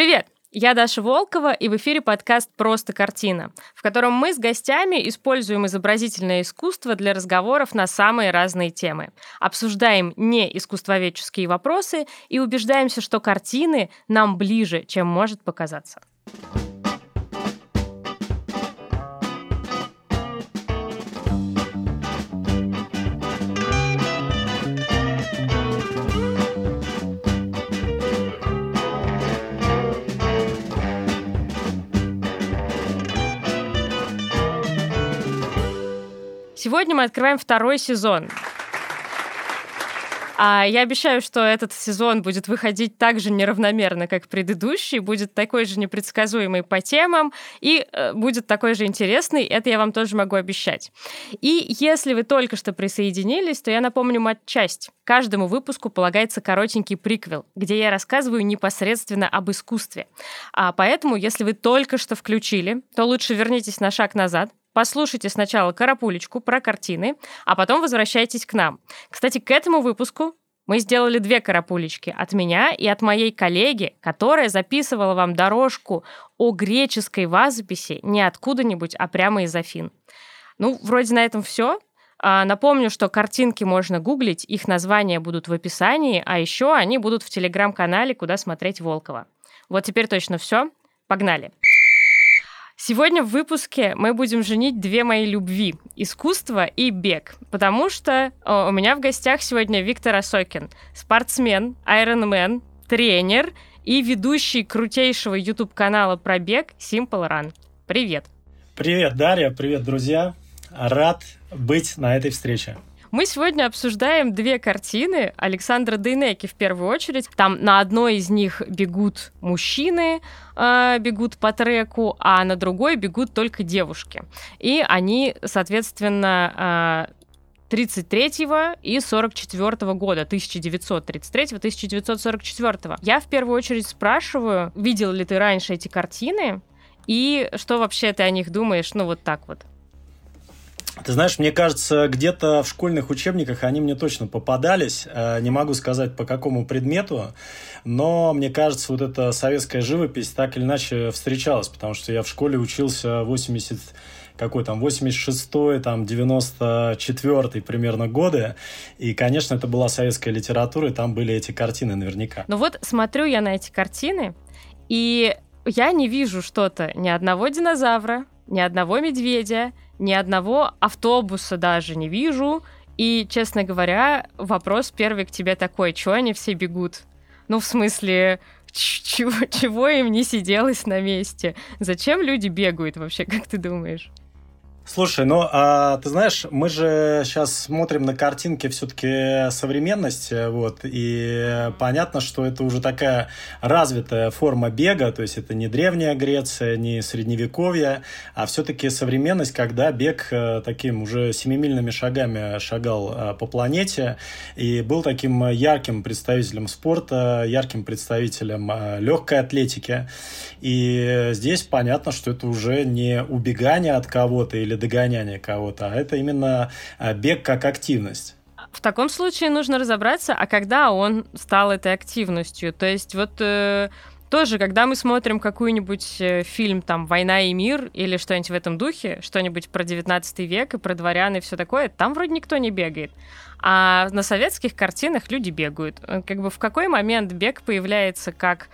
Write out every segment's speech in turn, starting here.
Привет! Я Даша Волкова, и в эфире подкаст «Просто картина», в котором мы с гостями используем изобразительное искусство для разговоров на самые разные темы. Обсуждаем не искусствоведческие вопросы и убеждаемся, что картины нам ближе, чем может показаться. Сегодня мы открываем второй сезон. Я обещаю, что этот сезон будет выходить так же неравномерно, как предыдущий, будет такой же непредсказуемый по темам и будет такой же интересный, это я вам тоже могу обещать. И если вы только что присоединились, то я напомню матчасть. Каждому выпуску полагается коротенький приквел, где я рассказываю непосредственно об искусстве. Поэтому, если вы только что включили, то лучше вернитесь на шаг назад, послушайте сначала карапулечку про картины, а потом возвращайтесь к нам. Кстати, к этому выпуску мы сделали 2 карапулечки от меня и от моей коллеги, которая записывала вам дорожку о греческой вазописи не откуда-нибудь, а прямо из Афин. Вроде на этом все. Напомню, что картинки можно гуглить, их названия будут в описании, а еще они будут в телеграм-канале «Куда смотреть Волкова». Вот теперь точно все. Погнали! Сегодня в выпуске мы будем женить 2 мои любви – искусство и бег, потому что у меня в гостях сегодня Виктор Осокин, спортсмен, айронмен, тренер и ведущий крутейшего YouTube-канала про бег Simple Run. Привет! Привет, Дарья, привет, друзья! Рад быть на этой встрече. Мы сегодня обсуждаем 2 картины Александра Дейнеки в первую очередь. Там на одной из них бегут мужчины, бегут по треку, а на другой бегут только девушки. И они, соответственно, 33-го и 44-го года, 1933-го, 1944-го. Я в первую очередь спрашиваю, видел ли ты раньше эти картины, и что вообще ты о них думаешь, вот так вот. Ты знаешь, мне кажется, где-то в школьных учебниках они мне точно попадались. Не могу сказать, по какому предмету, но мне кажется, вот эта советская живопись так или иначе встречалась, потому что я в школе учился 86-й, 94-й примерно годы, и, конечно, это была советская литература, и там были эти картины наверняка. Смотрю я на эти картины, и я не вижу что-то, ни одного динозавра, ни одного медведя, ни одного автобуса даже не вижу. И, честно говоря, вопрос первый к тебе такой: чего они все бегут? В смысле, чего им не сиделось на месте? Зачем люди бегают вообще, как ты думаешь? Слушай, ты знаешь, мы же сейчас смотрим на картинки все-таки современности, и понятно, что это уже такая развитая форма бега, то есть это не древняя Греция, не средневековье, а все-таки современность, когда бег таким уже семимильными шагами шагал по планете и был таким ярким представителем спорта, ярким представителем легкой атлетики. И здесь понятно, что это уже не убегание от кого-то или догоняние кого-то, а это именно бег как активность. В таком случае нужно разобраться, а когда он стал этой активностью. То есть тоже, когда мы смотрим какой-нибудь фильм, «Война и мир» или что-нибудь в этом духе, что-нибудь про 19 век и про дворян и все такое, там вроде никто не бегает. А на советских картинах люди бегают. В какой момент бег появляется как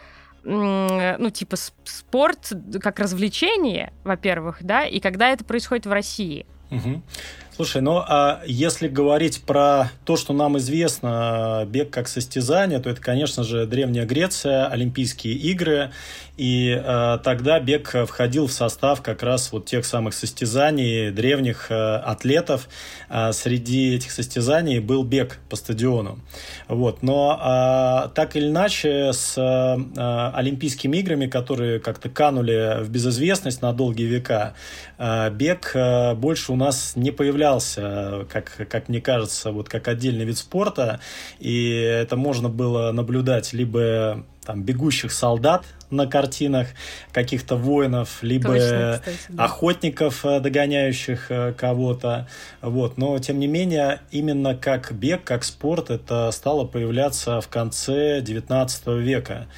спорт, как развлечение, во-первых, да, и когда это происходит в России? Угу. Слушай, если говорить про то, что нам известно, бег как состязание, то это, конечно же, Древняя Греция, Олимпийские игры, и тогда бег входил в состав как раз тех самых состязаний древних атлетов. Среди этих состязаний был бег по стадиону. Но так или иначе с Олимпийскими играми, которые как-то канули в безызвестность на долгие века, бег больше у нас не появлялся, как мне кажется, как отдельный вид спорта, и это можно было наблюдать либо бегущих солдат на картинах, каких-то воинов, либо точно, кстати, да, охотников, догоняющих кого-то. Но, тем не менее, именно как бег, как спорт, это стало появляться в конце XIX века.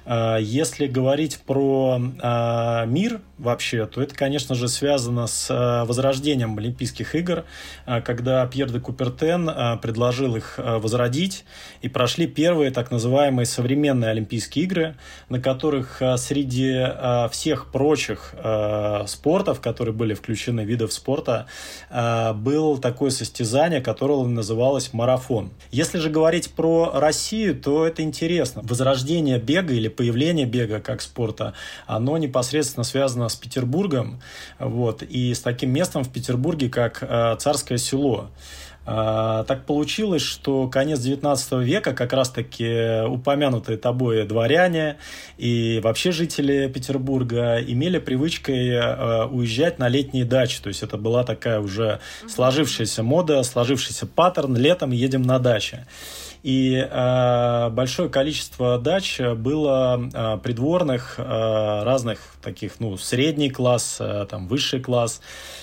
Если говорить про мир вообще, то это, конечно же, связано с возрождением Олимпийских игр, когда Пьер де Купертен предложил их возродить, и прошли первые так называемые современные Олимпийские игры, на которых среди всех прочих спортов, которые были включены, видов спорта, было такое состязание, которое называлось марафон. Если же говорить про Россию, то это интересно. Возрождение бега или появление бега как спорта, оно непосредственно связано с Петербургом, вот, и с таким местом в Петербурге, как Царское Село. Так получилось, что конец XIX века, как раз-таки упомянутые тобой дворяне и вообще жители Петербурга имели привычкой уезжать на летние дачи. То есть это была такая уже сложившаяся мода, сложившийся паттерн: летом едем на дачи. И большое количество дач было придворных, разных таких, средний класс, там, высший класс,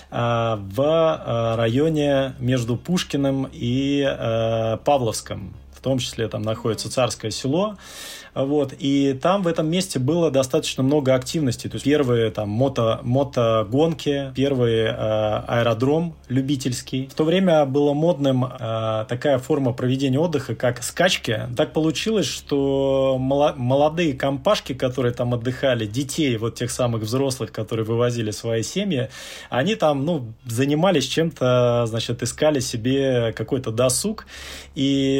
в районе между Пушкиным и Павловском. В том числе там находится Царское Село. Вот, и там в этом месте было достаточно много активностей. То есть первые там мотогонки, первый аэродром любительский. В то время было модным такая форма проведения отдыха, как скачки. Так получилось, что молодые компашки, которые там отдыхали, детей, вот тех самых взрослых, которые вывозили свои семьи, они там, занимались чем-то, значит, искали себе какой-то досуг. И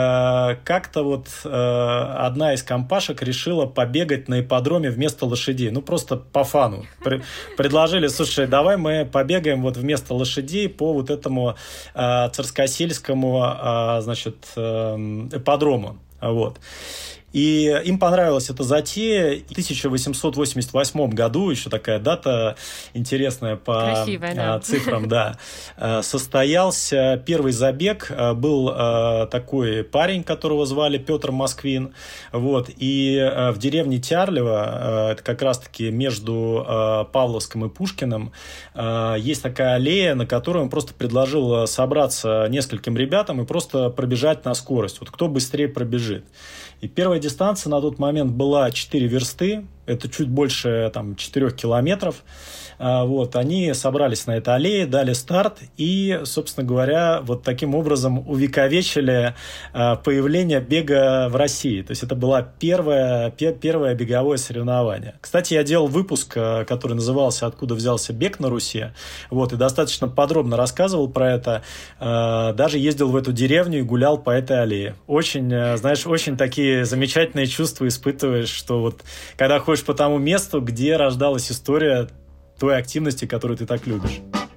как-то вот одна из компашек решила побегать на ипподроме вместо лошадей. Просто по фану. Предложили: слушай, давай мы побегаем вот вместо лошадей по вот этому царскосельскому, значит, ипподрому. Вот. И им понравилась эта затея. В 1888 году, еще такая дата интересная по цифрам, да, состоялся первый забег. Был такой парень, которого звали Петр Москвин. Вот, и в деревне Тярлево, это как раз-таки между Павловском и Пушкиным, есть такая аллея, на которой он просто предложил собраться нескольким ребятам и просто пробежать на скорость. Вот кто быстрее пробежит. И первая дистанция на тот момент была 4 версты, это чуть больше 4 километров. Вот, они собрались на этой аллее, дали старт и, собственно говоря, вот таким образом увековечили появление бега в России. То есть это было первое беговое соревнование. Кстати, я делал выпуск, который назывался «Откуда взялся бег на Руси?», вот, и достаточно подробно рассказывал про это. Даже ездил в эту деревню и гулял по этой аллее. Очень, знаешь, очень такие замечательные чувства испытываешь, что вот когда ходишь по тому месту, где рождалась история той активности, которую ты так любишь.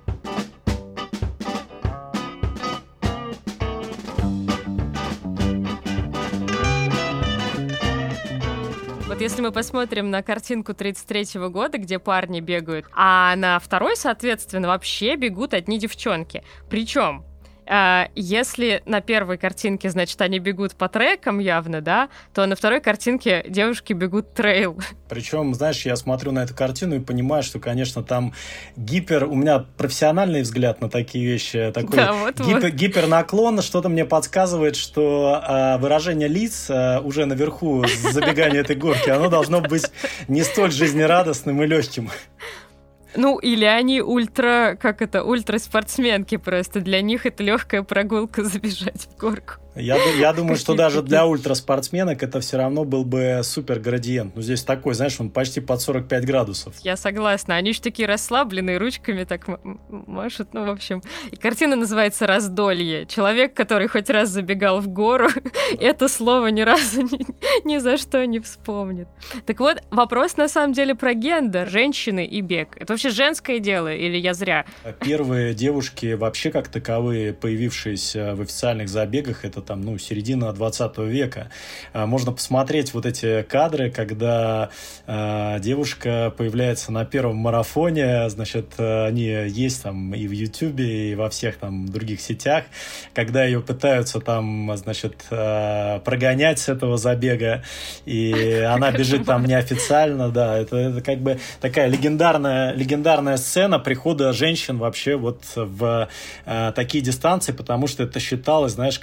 Вот если мы посмотрим на картинку 1933 года, где парни бегают, а на второй, соответственно, вообще бегут одни девчонки. Причем если на первой картинке, значит, они бегут по трекам явно, да, то на второй картинке девушки бегут трейл. Причем, знаешь, я смотрю на эту картину и понимаю, что, конечно, там у меня профессиональный взгляд на такие вещи, такой гипернаклон, что-то мне подсказывает, что выражение лиц уже наверху забегания этой горки, оно должно быть не столь жизнерадостным и легким. Или они ультраспортсменки просто. Для них это легкая прогулка забежать в горку. Я думаю, что даже для ультраспортсменок это все равно был бы супер градиент. Здесь такой, знаешь, он почти под 45 градусов. Я согласна. Они же такие расслабленные, ручками так машут. В общем. И картина называется «Раздолье». Человек, который хоть раз забегал в гору, это слово ни разу ни за что не вспомнит. Так вот, вопрос на самом деле про гендер. Женщины и бег. Это вообще женское дело или я зря? Первые девушки вообще как таковые, появившиеся в официальных забегах, это середина 20 века. Можно посмотреть вот эти кадры, когда девушка появляется на первом марафоне, значит, они есть там и в Ютубе, и во всех там других сетях, когда ее пытаются там, значит, прогонять с этого забега, и она бежит там неофициально, да, это как бы такая легендарная сцена прихода женщин вообще вот в такие дистанции, потому что это считалось, знаешь, как такие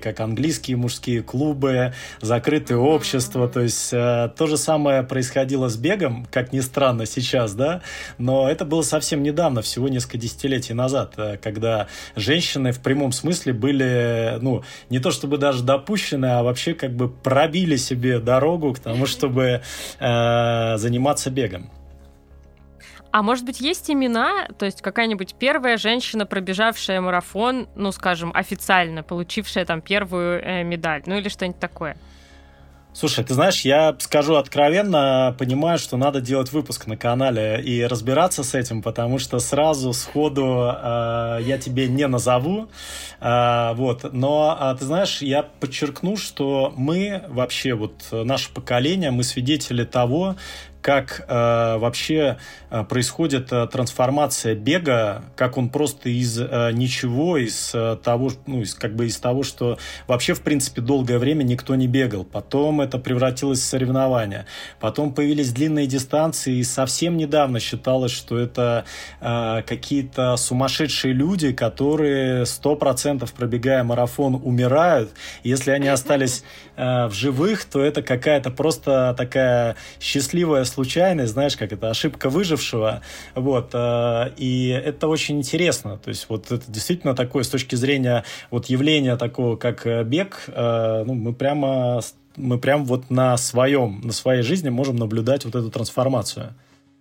как английские мужские клубы, закрытые общества. То есть то же самое происходило с бегом, как ни странно сейчас, да, но это было совсем недавно, всего несколько десятилетий назад, когда женщины в прямом смысле были, ну, не то чтобы даже допущены, а вообще как бы пробили себе дорогу к тому, чтобы заниматься бегом. А может быть, есть имена, то есть какая-нибудь первая женщина, пробежавшая марафон, ну, скажем, официально, получившая там первую медаль, ну или что-нибудь такое? Слушай, ты знаешь, я скажу откровенно, понимаю, что надо делать выпуск на канале и разбираться с этим, потому что сразу, сходу я тебе не назову. Вот. Но, ты знаешь, я подчеркну, что мы вообще, вот наше поколение, мы свидетели того, как вообще происходит трансформация бега, как он просто из ничего, из того, ну, из того, что вообще, в принципе, долгое время никто не бегал. Потом это превратилось в соревнования. Потом появились длинные дистанции, и совсем недавно считалось, что это какие-то сумасшедшие люди, которые 100% пробегая марафон умирают. Если они остались в живых, то это какая-то просто такая счастливая случайность, знаешь, как это, ошибка выжившего, вот, и это очень интересно, то есть вот это действительно такое, с точки зрения вот явления такого, как бег, ну, мы прям вот на своей жизни можем наблюдать вот эту трансформацию.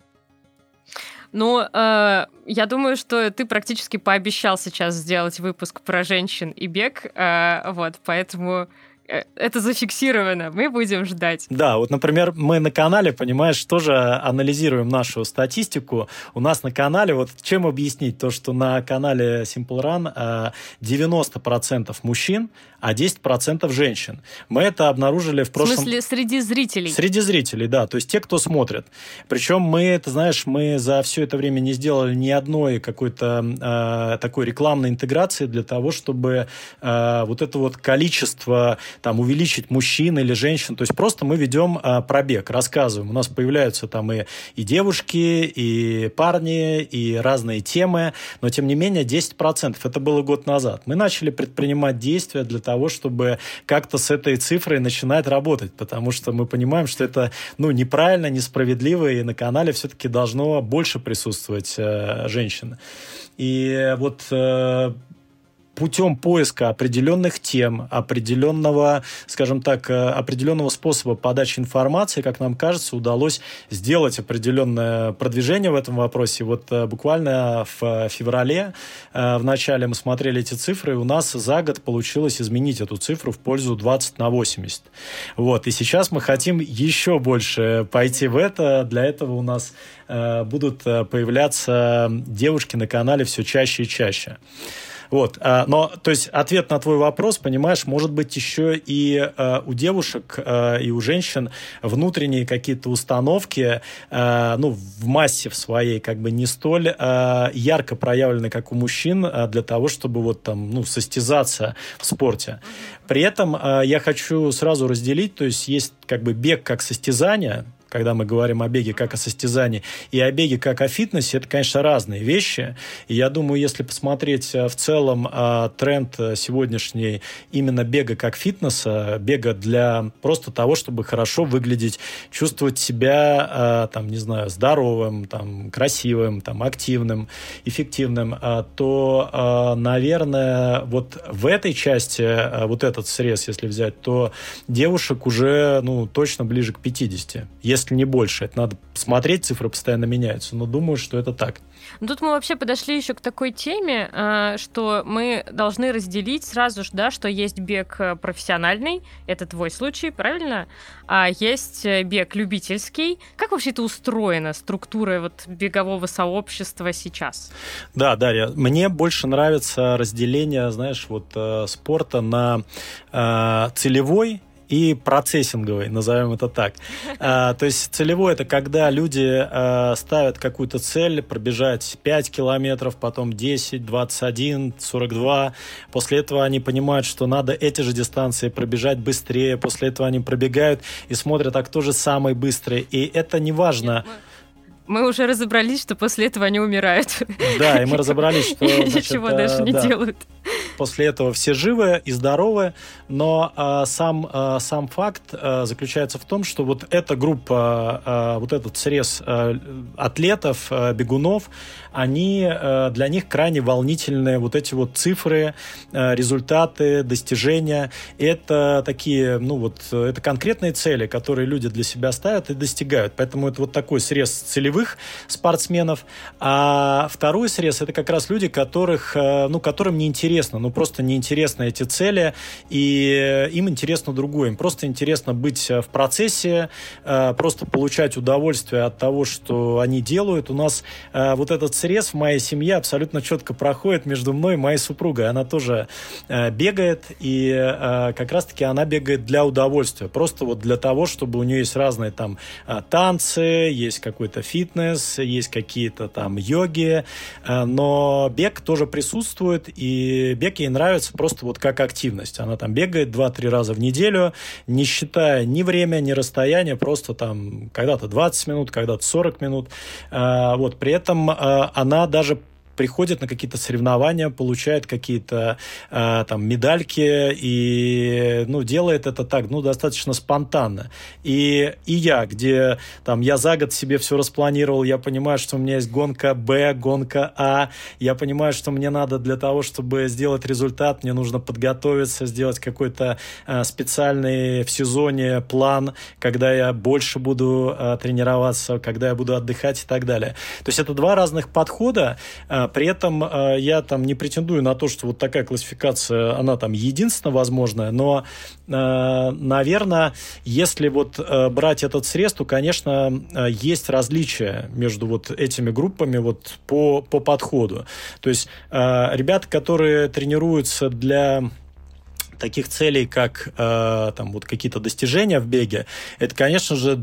Ну, я думаю, что ты практически пообещал сейчас сделать выпуск про женщин и бег, вот, поэтому... Это зафиксировано, мы будем ждать. Да, вот, например, мы на канале, понимаешь, тоже анализируем нашу статистику. У нас на канале, вот чем объяснить то, что на канале Simple Run 90% мужчин, а 10% женщин. Мы это обнаружили в прошлом... В смысле, среди зрителей? Среди зрителей, да, то есть те, кто смотрит. Причем мы, ты знаешь, мы за все это время не сделали ни одной какой-то такой рекламной интеграции для того, чтобы вот это вот количество там увеличить мужчин или женщин. То есть просто мы ведем пробег, рассказываем. У нас появляются там и девушки, и парни, и разные темы, но тем не менее 10%. Это было год назад. Мы начали предпринимать действия для того, чтобы как-то с этой цифрой начинать работать, потому что мы понимаем, что это неправильно, несправедливо, и на канале все-таки должно больше присутствовать женщин. И вот путем поиска определенных тем, определенного, скажем так, определенного способа подачи информации, как нам кажется, удалось сделать определенное продвижение в этом вопросе. Вот буквально в феврале в начале мы смотрели эти цифры, и у нас за год получилось изменить эту цифру в пользу 20/80. Вот. И сейчас мы хотим еще больше пойти в это. Для этого у нас будут появляться девушки на канале все чаще и чаще. Вот, но, то есть, ответ на твой вопрос, понимаешь, может быть еще и у девушек, и у женщин внутренние какие-то установки, в массе в своей, как бы не столь ярко проявлены, как у мужчин, для того, чтобы вот там, состязаться в спорте. При этом я хочу сразу разделить, то есть, есть как бы бег как состязание, когда мы говорим о беге как о состязании, и о беге как о фитнесе, это, конечно, разные вещи. И я думаю, если посмотреть в целом тренд сегодняшний именно бега как фитнеса, бега для просто того, чтобы хорошо выглядеть, чувствовать себя, здоровым, красивым, активным, эффективным, то, наверное, вот в этой части, вот этот срез, если взять, то девушек уже, точно ближе к 50, если не больше. Это надо смотреть, цифры постоянно меняются, но думаю, что это так. Тут мы вообще подошли еще к такой теме, что мы должны разделить сразу же, что есть бег профессиональный, это твой случай, правильно? А есть бег любительский. Как вообще это устроено, структура бегового сообщества сейчас? Да, Дарья, мне больше нравится разделение, спорта на целевой и процессинговый, назовем это так. То есть целевой – это когда люди ставят какую-то цель, пробежать 5 километров, потом 10, 21, 42. После этого они понимают, что надо эти же дистанции пробежать быстрее. После этого они пробегают и смотрят, а кто же самый быстрый. И это не важно. Мы уже разобрались, что после этого они умирают. Да, и мы разобрались, что... Ничего дальше не делают. после этого все живы и здоровы, но сам факт заключается в том, что вот эта группа, вот этот срез атлетов, бегунов, для них крайне волнительные вот эти вот цифры, результаты, достижения. Это такие, это конкретные цели, которые люди для себя ставят и достигают. Поэтому это вот такой срез целевых спортсменов. А второй срез — это как раз люди, которым неинтересно, просто неинтересны эти цели, и им интересно другое. Им просто интересно быть в процессе, просто получать удовольствие от того, что они делают. У нас вот этот срез в моей семье абсолютно четко проходит между мной и моей супругой. Она тоже бегает, и как раз-таки она бегает для удовольствия. Просто вот для того, чтобы у нее есть разные там танцы, есть какой-то фитнес, есть какие-то там йоги, но бег тоже присутствует, и бег ей нравится просто вот как активность. Она там бегает 2-3 раза в неделю, не считая ни время, ни расстояние, просто там когда-то 20 минут, когда-то 40 минут. При этом она даже приходит на какие-то соревнования, получает какие-то медальки и делает это так, достаточно спонтанно. И я, где я за год себе все распланировал, я понимаю, что у меня есть гонка Б, гонка А, я понимаю, что мне надо для того, чтобы сделать результат, мне нужно подготовиться, сделать какой-то специальный в сезоне план, когда я больше буду тренироваться, когда я буду отдыхать и так далее. То есть это два разных подхода. При этом я не претендую на то, что вот такая классификация, она единственная возможная, но, наверное, если брать этот срез, то, конечно, есть различия между этими группами по подходу. То есть ребята, которые тренируются для таких целей, как какие-то достижения в беге, это, конечно же,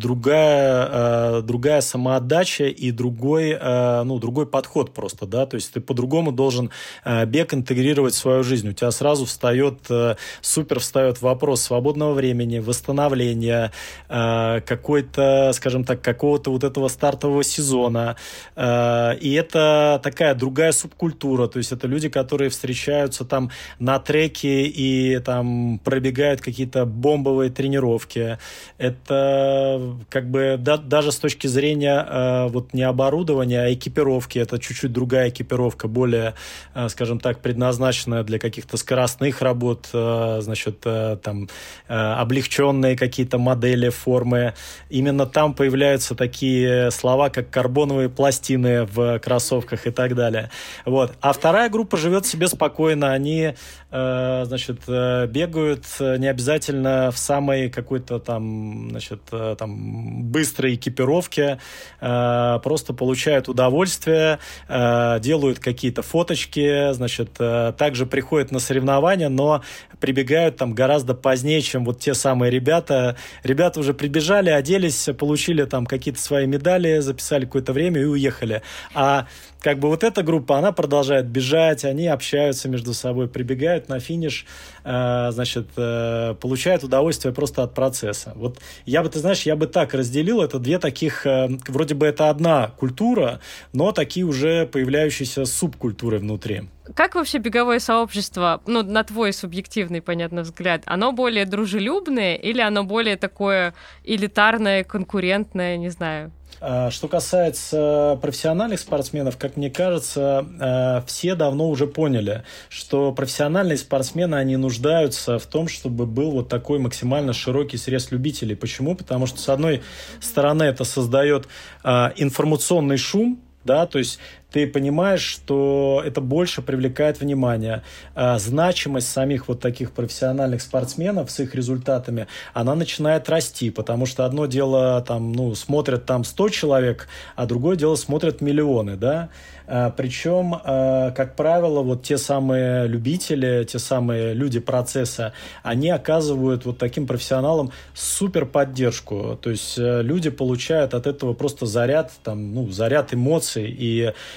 другая самоотдача и другой подход просто, да, то есть ты по-другому должен бег интегрировать в свою жизнь. У тебя сразу встает вопрос свободного времени, восстановления, какого-то этого стартового сезона, и это такая другая субкультура, то есть это люди, которые встречаются на треке и пробегают какие-то бомбовые тренировки. Это даже с точки зрения не оборудования, а экипировки. Это чуть-чуть другая экипировка, более, предназначенная для каких-то скоростных работ, облегченные какие-то модели, формы. Именно там появляются такие слова, как карбоновые пластины в кроссовках и так далее. А вторая группа живет себе спокойно. Они, бегают не обязательно в самой какой-то быстрой экипировке, просто получают удовольствие, делают какие-то фоточки, также приходят на соревнования, но прибегают гораздо позднее, чем те самые ребята. Ребята уже прибежали, оделись, получили какие-то свои медали, записали какое-то время и уехали. А эта группа, она продолжает бежать, они общаются между собой, прибегают на финиш, получают удовольствие просто от процесса. Я бы так разделил, это две таких, вроде бы это одна культура, но такие уже появляющиеся субкультуры внутри. Как вообще беговое сообщество, на твой субъективный, понятно, взгляд, оно более дружелюбное или оно более такое элитарное, конкурентное, не знаю? Что касается профессиональных спортсменов, как мне кажется, все давно уже поняли, что профессиональные спортсмены, они нуждаются в том, чтобы был такой максимально широкий срез любителей. Почему? Потому что, с одной стороны, это создает информационный шум, да, то есть ты понимаешь, что это больше привлекает внимание. Значимость самих таких профессиональных спортсменов с их результатами, она начинает расти, потому что одно дело смотрят 100 человек, а другое дело смотрят миллионы, да. Причем, как правило, те самые любители, те самые люди процесса, они оказывают таким профессионалам супер поддержку. То есть люди получают от этого просто заряд эмоций, и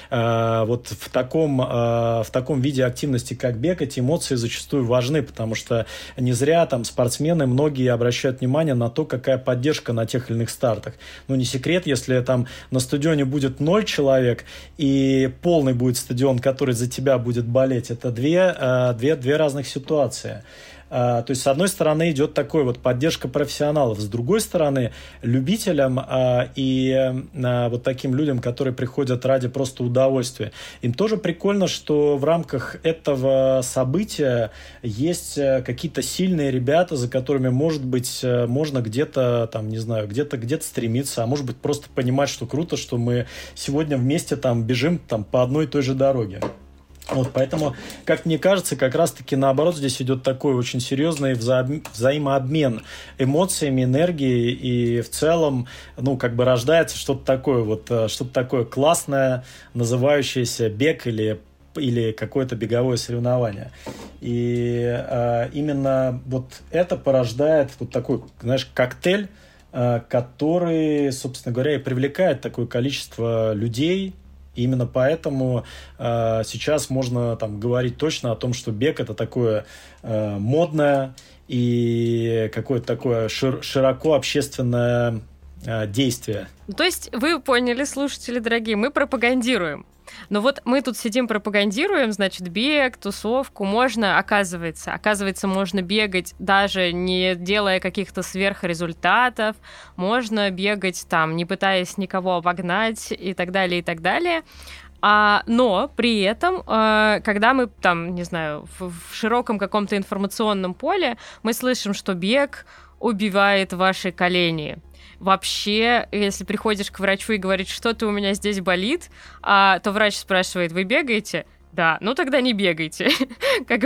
вот в таком виде активности, как бег, эти эмоции зачастую важны, потому что не зря там спортсмены многие обращают внимание на то, какая поддержка на тех или иных стартах. Ну, не секрет, если там на стадионе будет 0 человек и полный будет стадион, который за тебя будет болеть, это две разных ситуации. То есть, с одной стороны, идет такой вот поддержка профессионалов, с другой стороны, любителям и вот таким людям, которые приходят ради просто удовольствия, им тоже прикольно, что в рамках этого события есть какие-то сильные ребята, за которыми, может быть, можно где-то, там, не знаю, где-то стремиться, а может быть, просто понимать, что круто, что мы сегодня вместе там бежим там по одной и той же дороге. Вот, поэтому, как мне кажется, как раз-таки наоборот здесь идет такой очень серьезный взаимообмен эмоциями, энергией, и в целом, ну, как бы рождается что-то такое классное, называющееся бег или какое-то беговое соревнование. И именно вот это порождает вот такой, знаешь, коктейль, который, собственно говоря, и привлекает такое количество людей. И именно поэтому сейчас можно там говорить точно о том, что бег – это такое модное и какое-то такое широко общественное действие. То есть вы поняли, слушатели дорогие, мы пропагандируем. Но вот мы тут сидим, пропагандируем, значит, бег, тусовку. Оказывается, можно бегать, даже не делая каких-то сверхрезультатов. Можно бегать там, не пытаясь никого обогнать и так далее, и так далее. Но при этом, когда мы там, не знаю, в широком каком-то информационном поле, мы слышим, что бег убивает ваши колени. Вообще, если приходишь к врачу и говоришь, что-то у меня здесь болит, то врач спрашивает, вы бегаете? Да, ну тогда не бегайте. Как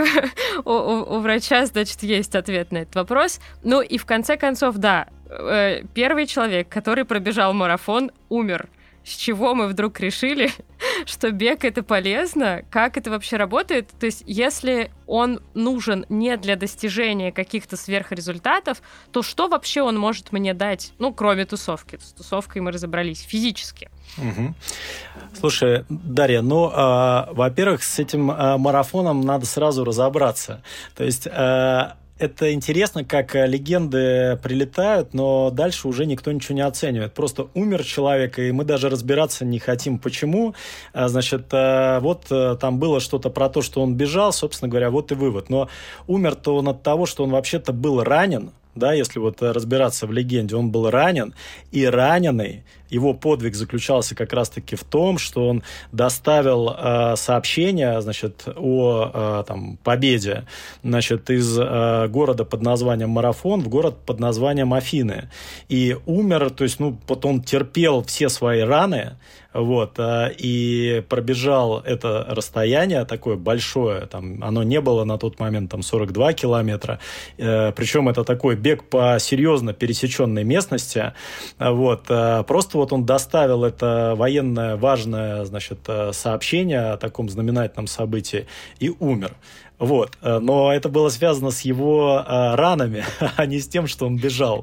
у врача, значит, есть ответ на этот вопрос. Ну и в конце концов, да, первый человек, который пробежал марафон, умер. С чего мы вдруг решили, что бег — это полезно? Как это вообще работает? То есть, если он нужен не для достижения каких-то сверхрезультатов, то что вообще он может мне дать? Ну, кроме тусовки. С тусовкой мы разобрались физически. Угу. Слушай, Дарья, во-первых, с этим марафоном надо сразу разобраться. То есть... Это интересно, как легенды прилетают, но дальше уже никто ничего не оценивает. Просто умер человек, и мы даже разбираться не хотим, почему. Значит, вот там было что-то про то, что он бежал, собственно говоря, вот и вывод. Но умер-то он от того, что он вообще-то был ранен. Да, если вот разбираться в легенде, он был ранен, и раненый, его подвиг заключался как раз-таки в том, что он доставил сообщение, значит, о победе, значит, из города под названием Марафон в город под названием Афины. И умер, то есть, вот он терпел все свои раны, вот, и пробежал это расстояние такое большое, там, оно не было на тот момент 42 километра, причем это такой бег по серьезно пересеченной местности, вот, просто вот он доставил это военное важное, значит, сообщение о таком знаменательном событии и умер. Вот, но это было связано с его ранами, а не с тем, что он бежал.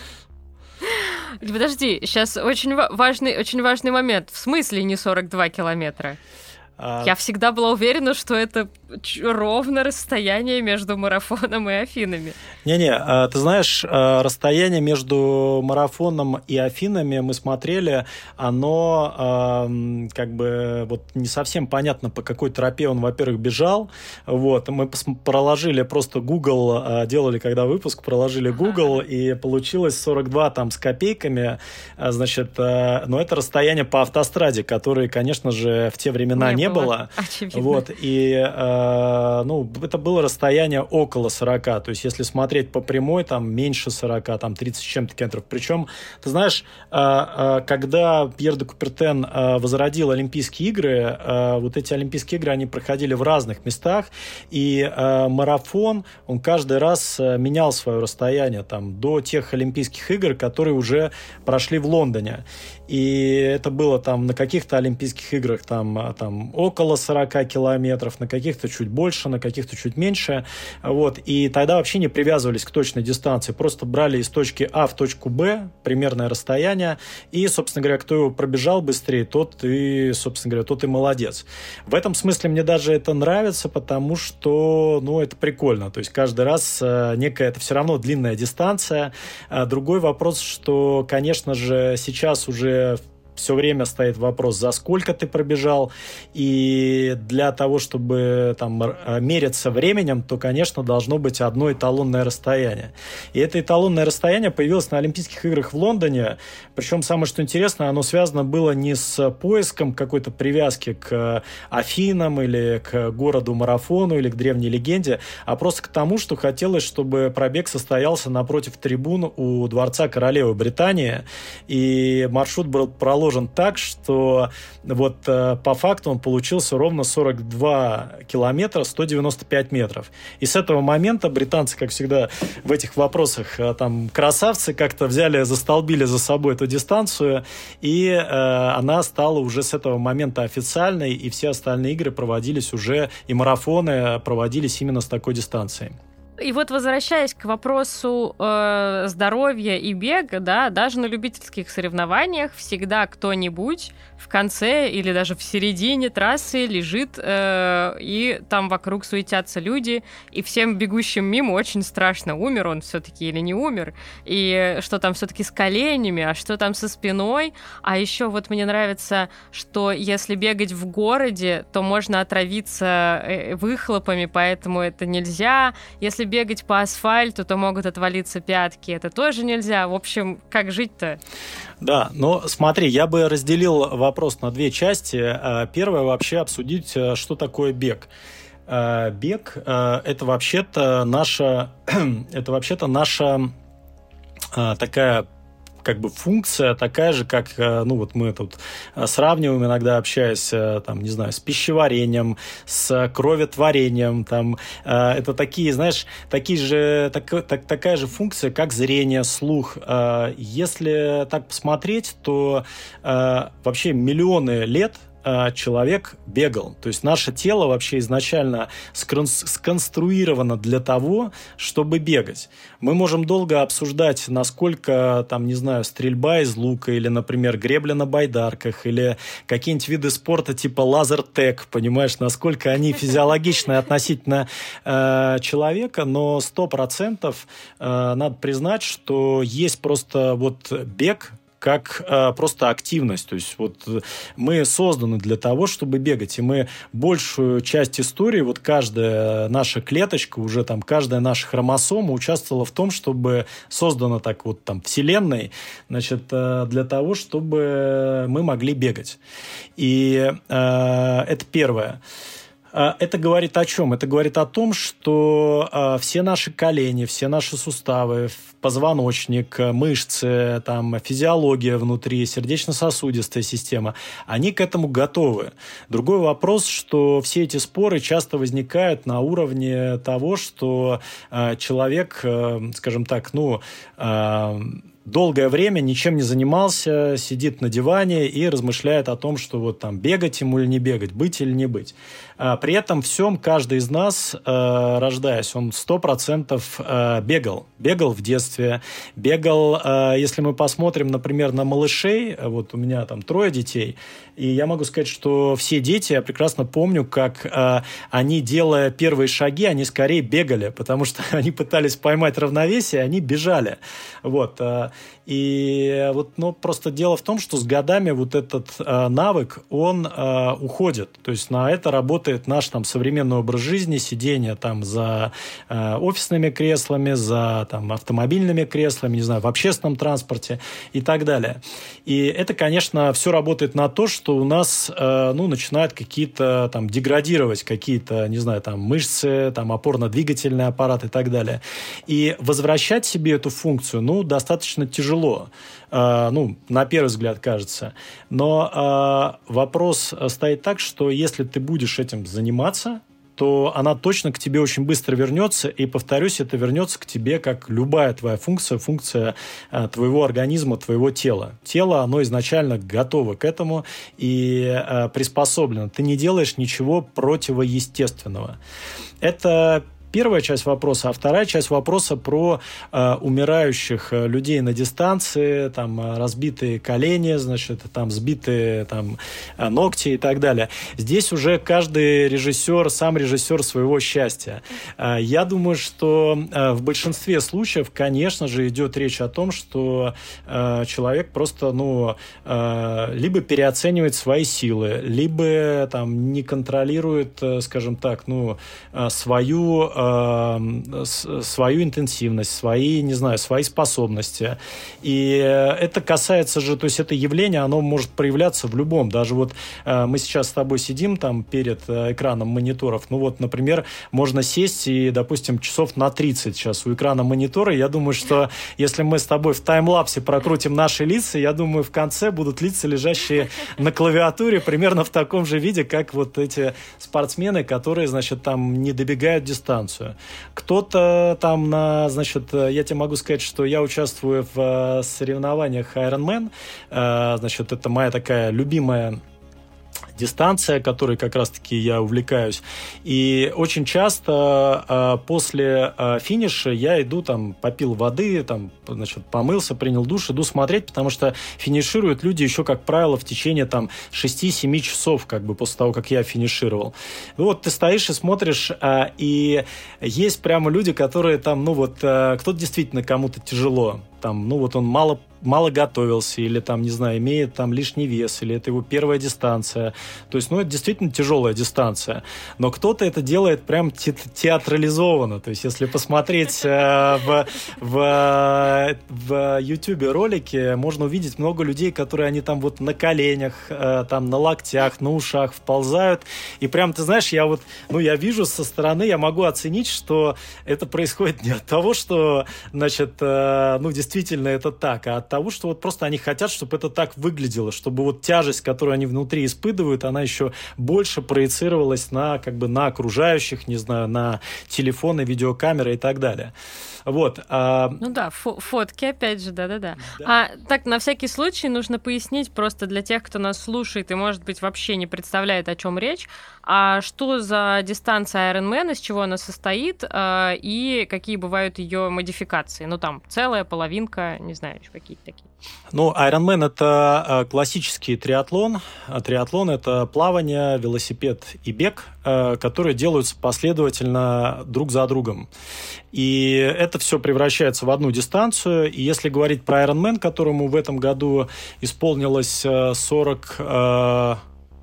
Подожди, сейчас очень важный момент. В смысле не 42 километра? Я всегда была уверена, что это ровно расстояние между марафоном и Афинами. Не-не, ты знаешь, расстояние между марафоном и Афинами мы смотрели, оно как бы вот не совсем понятно, по какой тропе он, во-первых, бежал. Вот, мы проложили просто Google, делали когда выпуск, проложили Google, и получилось 42 там с копейками, значит, но это расстояние по автостраде, которое, конечно же, в те времена не было. Очевидно. Вот, и это было расстояние около 40, то есть если смотреть по прямой, там меньше 40, там 30 с чем-то километров. Причем, ты знаешь, когда Пьер де Купертен возродил Олимпийские игры, вот эти Олимпийские игры, они проходили в разных местах, и марафон, он каждый раз менял свое расстояние там, до тех Олимпийских игр, которые уже прошли в Лондоне. И это было там на каких-то Олимпийских играх там около 40 километров, на каких-то чуть больше, на каких-то чуть меньше. Вот. И тогда вообще не привязывались к точной дистанции, просто брали из точки А в точку Б примерное расстояние, и, собственно говоря, кто его пробежал быстрее, тот и, собственно говоря, тот и молодец. В этом смысле мне даже это нравится, потому что, ну, это прикольно. То есть каждый раз некая, это все равно длинная дистанция. Другой вопрос, что, конечно же, сейчас уже все время стоит вопрос, за сколько ты пробежал, и для того, чтобы там мериться временем, то, конечно, должно быть одно эталонное расстояние. И это эталонное расстояние появилось на Олимпийских играх в Лондоне, причем самое, что интересно, оно связано было не с поиском какой-то привязки к Афинам или к городу-марафону или к древней легенде, а просто к тому, что хотелось, чтобы пробег состоялся напротив трибун у Дворца Королевы Британии, и маршрут был проложен так, что вот по факту он получился ровно 42 километра 195 метров. И с этого момента британцы, как всегда в этих вопросах, там красавцы, как-то взяли, застолбили за собой эту дистанцию, и она стала уже с этого момента официальной, и все остальные игры проводились уже, и марафоны проводились именно с такой дистанцией. И вот, возвращаясь к вопросу здоровья и бега, да, даже на любительских соревнованиях всегда кто-нибудь в конце или даже в середине трассы лежит, и там вокруг суетятся люди, и всем бегущим мимо очень страшно, умер он все-таки или не умер, и что там все-таки с коленями, а что там со спиной. А еще вот мне нравится, что если бегать в городе, то можно отравиться выхлопами, поэтому это нельзя. Если бегать по асфальту, то могут отвалиться пятки. Это тоже нельзя. В общем, как жить-то? Да, но смотри, я бы разделил вопрос на две части. Первое, вообще обсудить, что такое бег. Бег – это вообще-то наша такая как бы функция такая же, как, ну, вот мы тут сравниваем иногда, общаясь, там, не знаю, с пищеварением, с кроветворением, там, это такие, знаешь, такая же функция, как зрение, слух. Если так посмотреть, то вообще миллионы лет человек бегал. То есть наше тело вообще изначально сконструировано для того, чтобы бегать. Мы можем долго обсуждать, насколько, там, не знаю, стрельба из лука или, например, гребля на байдарках или какие-нибудь виды спорта типа лазертаг, понимаешь, насколько они физиологичны относительно человека, но 100% надо признать, что есть просто вот бег как просто активность. То есть вот мы созданы для того, чтобы бегать. И мы большую часть истории, вот каждая наша клеточка, уже там каждая наша хромосома участвовала в том, чтобы создана так вот там Вселенной, значит, для того, чтобы мы могли бегать. И это первое. Это говорит о чем? Это говорит о том, что все наши колени, все наши суставы, позвоночник, мышцы, там, физиология внутри, сердечно-сосудистая система, они к этому готовы. Другой вопрос, что все эти споры часто возникают на уровне того, что человек, скажем так, долгое время ничем не занимался, сидит на диване и размышляет о том, что вот там бегать ему или не бегать, быть или не быть. При этом всем каждый из нас, рождаясь, он 100% бегал. Бегал в детстве, бегал, если мы посмотрим, например, на малышей, вот у меня там 3 детей, и я могу сказать, что все дети, я прекрасно помню, как они, делая первые шаги, они скорее бегали, потому что они пытались поймать равновесие, они бежали. Вот. И вот, ну, просто дело в том, что с годами вот этот навык, он уходит. То есть на это работает наш там современный образ жизни, сидение там за офисными креслами, за там автомобильными креслами, не знаю, в общественном транспорте и так далее. И это, конечно, все работает на то, что у нас, начинают какие-то там деградировать какие-то, не знаю, там мышцы, там опорно-двигательный аппарат и так далее. И возвращать себе эту функцию, достаточно тяжело, на первый взгляд кажется. Но вопрос стоит так, что если ты будешь этим заниматься, то она точно к тебе очень быстро вернется, и, повторюсь, это вернется к тебе как любая твоя функция твоего организма, твоего тела. Тело, оно изначально готово к этому и приспособлено. Ты не делаешь ничего противоестественного. Это первая часть вопроса, а вторая часть вопроса про умирающих людей на дистанции, там разбитые колени, значит, там сбитые там ногти и так далее. Здесь уже каждый режиссер, сам режиссер своего счастья. Я думаю, что в большинстве случаев, конечно же, идет речь о том, что человек просто, либо переоценивает свои силы, либо там не контролирует, скажем так, свою интенсивность, свои способности. И это касается же, то есть это явление, оно может проявляться в любом. Даже вот мы сейчас с тобой сидим там перед экраном мониторов. Например, можно сесть и, допустим, часов на 30 сейчас у экрана монитора. Я думаю, что если мы с тобой в таймлапсе прокрутим наши лица, я думаю, в конце будут лица, лежащие на клавиатуре, примерно в таком же виде, как вот эти спортсмены, которые, значит, там не добегают дистанцию. Кто-то там я тебе могу сказать, что я участвую в соревнованиях Ironman. Значит, это моя такая любимая дистанция, которой как раз-таки я увлекаюсь. И очень часто после финиша я иду, там, попил воды, там, значит, помылся, принял душ, иду смотреть, потому что финишируют люди еще, как правило, в течение там 6-7 часов, как бы, после того, как я финишировал. Вот ты стоишь и смотришь, и есть прямо люди, которые там, кто-то действительно кому-то тяжело, там, он мало готовился, или там, не знаю, имеет там лишний вес, или это его первая дистанция. То есть, это действительно тяжелая дистанция. Но кто-то это делает прям театрализованно. То есть, если посмотреть в YouTube ролики, можно увидеть много людей, которые они там вот на коленях, там на локтях, на ушах вползают. И прям, ты знаешь, я вижу со стороны, я могу оценить, что это происходит не от того, что, значит, действительно это так, а от того, что вот просто они хотят, чтобы это так выглядело, чтобы вот тяжесть, которую они внутри испытывают, она еще больше проецировалась на окружающих, не знаю, на телефоны, видеокамеры и так далее. Вот. Фотки, опять же, да. А так, на всякий случай, нужно пояснить просто для тех, кто нас слушает и, может быть, вообще не представляет, о чем речь, а что за дистанция Ironman, из чего она состоит, и какие бывают ее модификации? Там целая, половинка, не знаю, еще какие-то такие. Ironman – это классический триатлон. Триатлон – это плавание, велосипед и бег, которые делаются последовательно друг за другом. И это все превращается в одну дистанцию. И если говорить про Ironman, которому в этом году исполнилось 44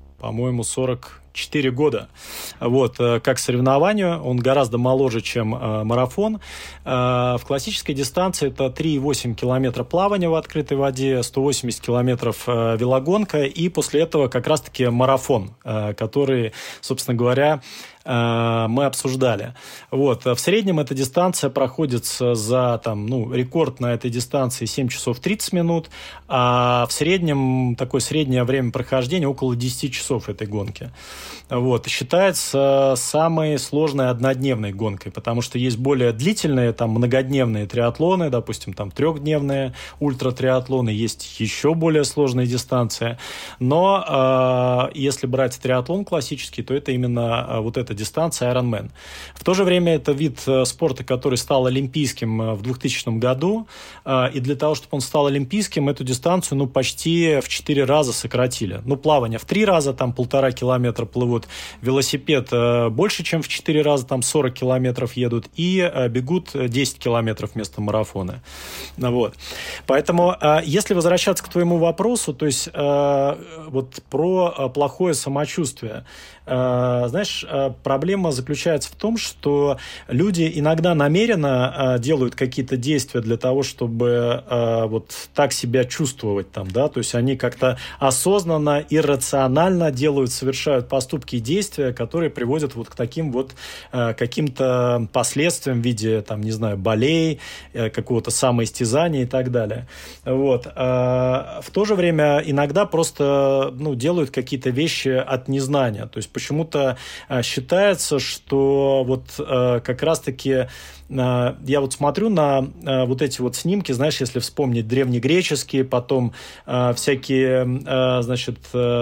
года. Как соревнованию, он гораздо моложе, чем марафон. В классической дистанции это 3,8 километра плавания в открытой воде, 180 километров велогонка, и после этого как раз-таки марафон, который, собственно говоря, мы обсуждали. В среднем эта дистанция проходится за, рекорд на этой дистанции 7 часов 30 минут, а в среднем такое среднее время прохождения около 10 часов этой гонки. Считается самой сложной однодневной гонкой, потому что есть более длительные, многодневные триатлоны, допустим, трехдневные ультратриатлоны, есть еще более сложные дистанции. Но если брать триатлон классический, то это именно вот эта дистанция Ironman. В то же время это вид спорта, который стал олимпийским в 2000 году, и для того, чтобы он стал олимпийским, эту дистанцию почти в 4 раза сократили. Плавание в 3 раза, 1,5 километра плывут, велосипед больше, чем в 4 раза, 40 километров едут, и бегут 10 километров вместо марафона. Поэтому, если возвращаться к твоему вопросу, то есть про плохое самочувствие. Знаешь, проблема заключается в том, что люди иногда намеренно делают какие-то действия для того, чтобы так себя чувствовать то есть они как-то осознанно, иррационально совершают поступки и действия, которые приводят к таким каким-то последствиям в виде, болей, какого-то самоистязания и так далее. В то же время иногда просто делают какие-то вещи от незнания, то есть почему-то считают, считается, что вот как раз-таки я вот смотрю на вот эти вот снимки, знаешь, если вспомнить древнегреческие, потом всякие, значит,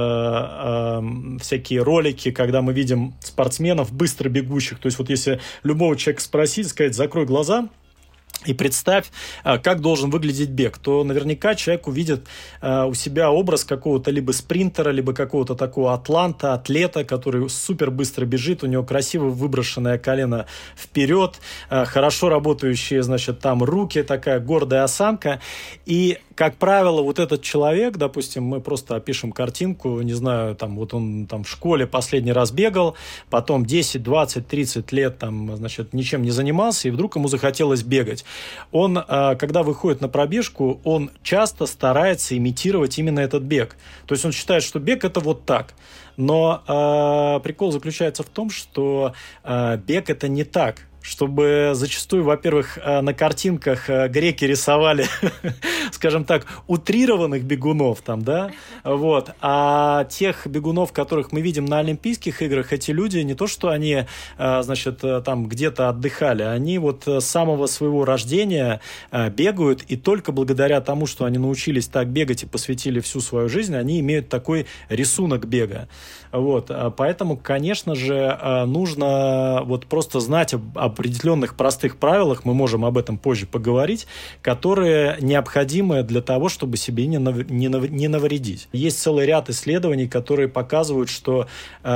всякие ролики, когда мы видим спортсменов быстро бегущих. То есть вот если любого человека спросить, сказать, закрой глаза и представь, как должен выглядеть бег, то наверняка человек увидит у себя образ какого-то либо спринтера, либо какого-то такого атлета, который супер быстро бежит, у него красиво выброшенное колено вперед, хорошо работающие, значит, там руки, такая гордая осанка. И, как правило, вот этот человек, допустим, мы просто опишем картинку, не знаю, там, вот он там в школе последний раз бегал, потом 10, 20, 30 лет там, значит, ничем не занимался, и вдруг ему захотелось бегать. Он, когда выходит на пробежку, он часто старается имитировать именно этот бег. То есть он считает, что бег – это вот так. Но прикол заключается в том, что бег – это не так. Чтобы зачастую, во-первых, на картинках греки рисовали, скажем так, утрированных бегунов там, да, вот, а тех бегунов, которых мы видим на Олимпийских играх, эти люди не то, что они, значит, там где-то отдыхали, они вот с самого своего рождения бегают, и только благодаря тому, что они научились так бегать и посвятили всю свою жизнь, они имеют такой рисунок бега. Вот, поэтому, конечно же, нужно вот просто знать об определенных простых правилах, мы можем об этом позже поговорить, которые необходимы для того, чтобы себе не навредить. Есть целый ряд исследований, которые показывают, что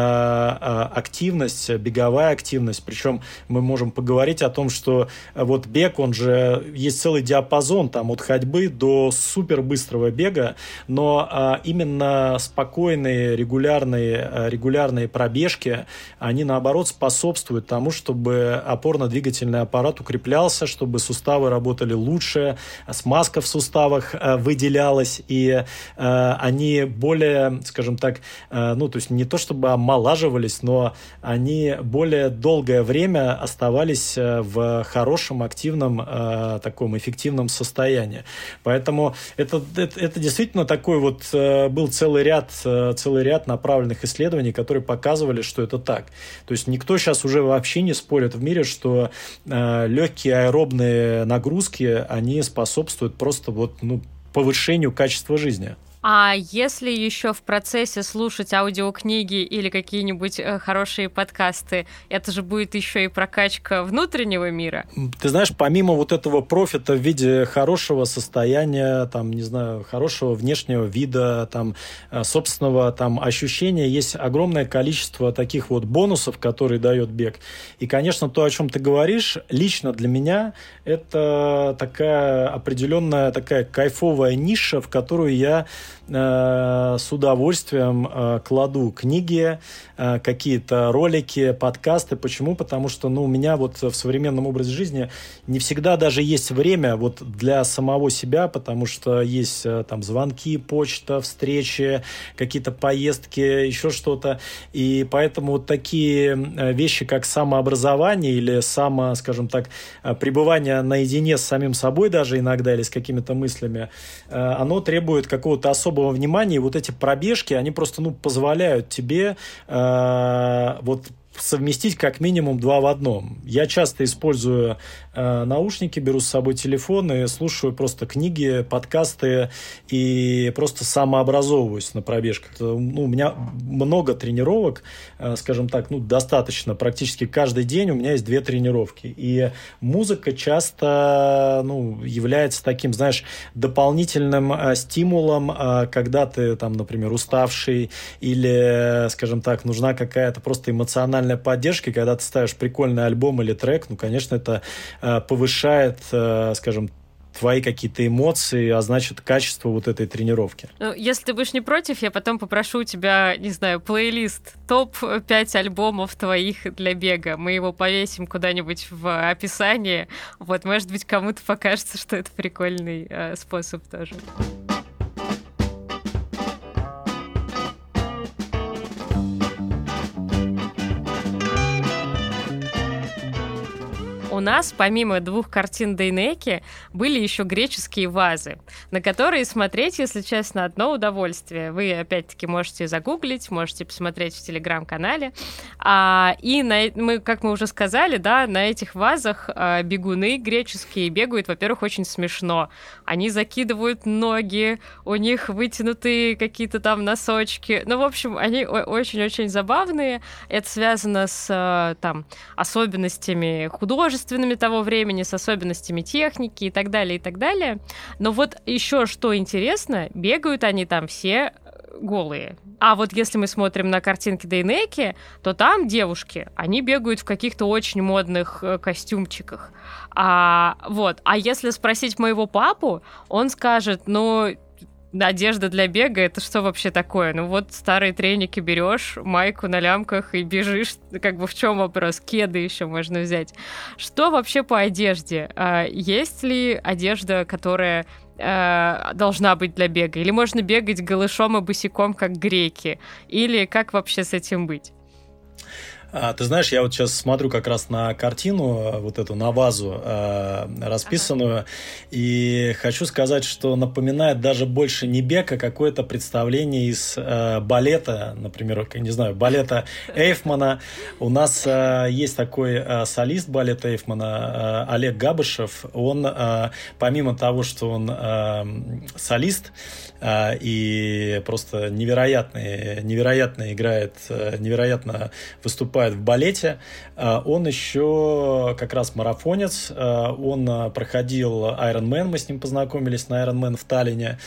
активность, беговая активность, причем мы можем поговорить о том, что вот бег, он же, есть целый диапазон там от ходьбы до супербыстрого бега, но именно спокойные, регулярные пробежки, они, наоборот, способствуют тому, чтобы опорно-двигательный аппарат укреплялся, чтобы суставы работали лучше, смазка в суставах выделялась, и они более, скажем так, ну, то есть не то чтобы омолаживались, но они более долгое время оставались в хорошем, активном, таком эффективном состоянии. Поэтому это действительно такой вот был целый ряд направленных исследований, которые показывали, что это так. То есть никто сейчас уже вообще не спорит в мире, что легкие аэробные нагрузки, они способствуют просто вот, повышению качества жизни. А если еще в процессе слушать аудиокниги или какие-нибудь хорошие подкасты, это же будет еще и прокачка внутреннего мира? Ты знаешь, помимо вот этого профита в виде хорошего состояния, там, не знаю, хорошего внешнего вида, там, собственного там, ощущения, есть огромное количество таких вот бонусов, которые дает бег. И, конечно, то, о чем ты говоришь, лично для меня это такая определенная такая кайфовая ниша, в которую я с удовольствием кладу книги, какие-то ролики, подкасты. Почему? Потому что у меня вот в современном образе жизни не всегда даже есть время вот для самого себя, потому что есть там звонки, почта, встречи, какие-то поездки, еще что-то. И поэтому вот такие вещи, как самообразование или скажем так, пребывание наедине с самим собой даже иногда или с какими-то мыслями, оно требует какого-то особого внимания. И вот эти пробежки, они просто позволяют тебе вот совместить как минимум 2 в 1. Я часто использую наушники, беру с собой телефон и слушаю просто книги, подкасты и просто самообразовываюсь на пробежках. У меня много тренировок, скажем так, достаточно. Практически каждый день у меня есть 2 тренировки. И музыка часто является таким, знаешь, дополнительным стимулом, когда ты, там, например, уставший или, скажем так, нужна какая-то просто эмоциональная поддержка, и когда ты ставишь прикольный альбом или трек, конечно, это повышает, скажем, твои какие-то эмоции, а значит, качество вот этой тренировки. Если ты будешь не против, я потом попрошу у тебя, не знаю, плейлист, топ-5 альбомов твоих для бега. Мы его повесим куда-нибудь в описании. Вот, может быть, кому-то покажется, что это прикольный способ тоже. У нас, помимо 2 картин Дейнеки, были еще греческие вазы, на которые смотреть, если честно, одно удовольствие. Вы, опять-таки, можете загуглить, можете посмотреть в Телеграм-канале. Как мы уже сказали, да, на этих вазах бегуны греческие бегают, во-первых, очень смешно. Они закидывают ноги, у них вытянутые какие-то там носочки. Ну, в общем, они очень-очень забавные. Это связано с особенностями художественными того времени, с особенностями техники и так далее, и так далее. Но вот еще что интересно, бегают они там все голые. А вот если мы смотрим на картинки Дейнеки, то там девушки, они бегают в каких-то очень модных костюмчиках. А если спросить моего папу, он скажет, одежда для бега — это что вообще такое? Старые треники берешь, майку на лямках и бежишь. В чем вопрос? Кеды еще можно взять. Что вообще по одежде? Есть ли одежда, которая должна быть для бега? Или можно бегать голышом и босиком, как греки? Или как вообще с этим быть? Ты знаешь, я вот сейчас смотрю как раз на картину, вот эту, на вазу расписанную, и хочу сказать, что напоминает даже больше не бег, а какое-то представление из балета, например, не знаю, балета Эйфмана. У нас есть такой солист балета Эйфмана, Олег Габышев. Он, помимо того, что он солист и просто невероятно играет, невероятно выступает в балете, он еще как раз марафонец, он проходил Ironman, мы с ним познакомились на Ironman в Таллине,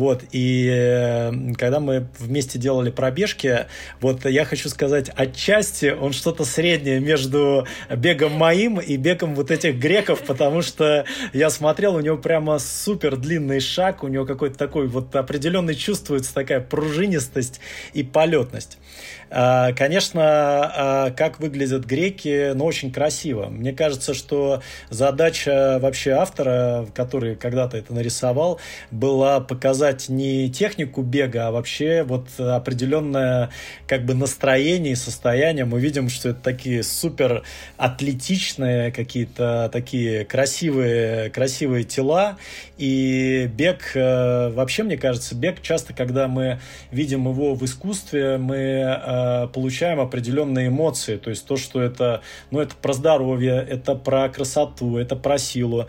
и когда мы вместе делали пробежки, я хочу сказать, отчасти он что-то среднее между бегом моим и бегом вот этих греков, потому что я смотрел, у него прямо супер длинный шаг, у него какой-то такой определенный чувствуется такая пружинистость и полетность. Конечно, как выглядят греки, очень красиво. Мне кажется, что задача вообще автора, который когда-то это нарисовал, была показать не технику бега, а вообще определенное настроение и состояние. Мы видим, что это такие супер атлетичные, какие-то такие красивые тела. И бег, вообще, мне кажется, бег часто, когда мы видим его в искусстве, мы получаем определенные эмоции, то есть то, что это про здоровье, это про красоту, это про силу.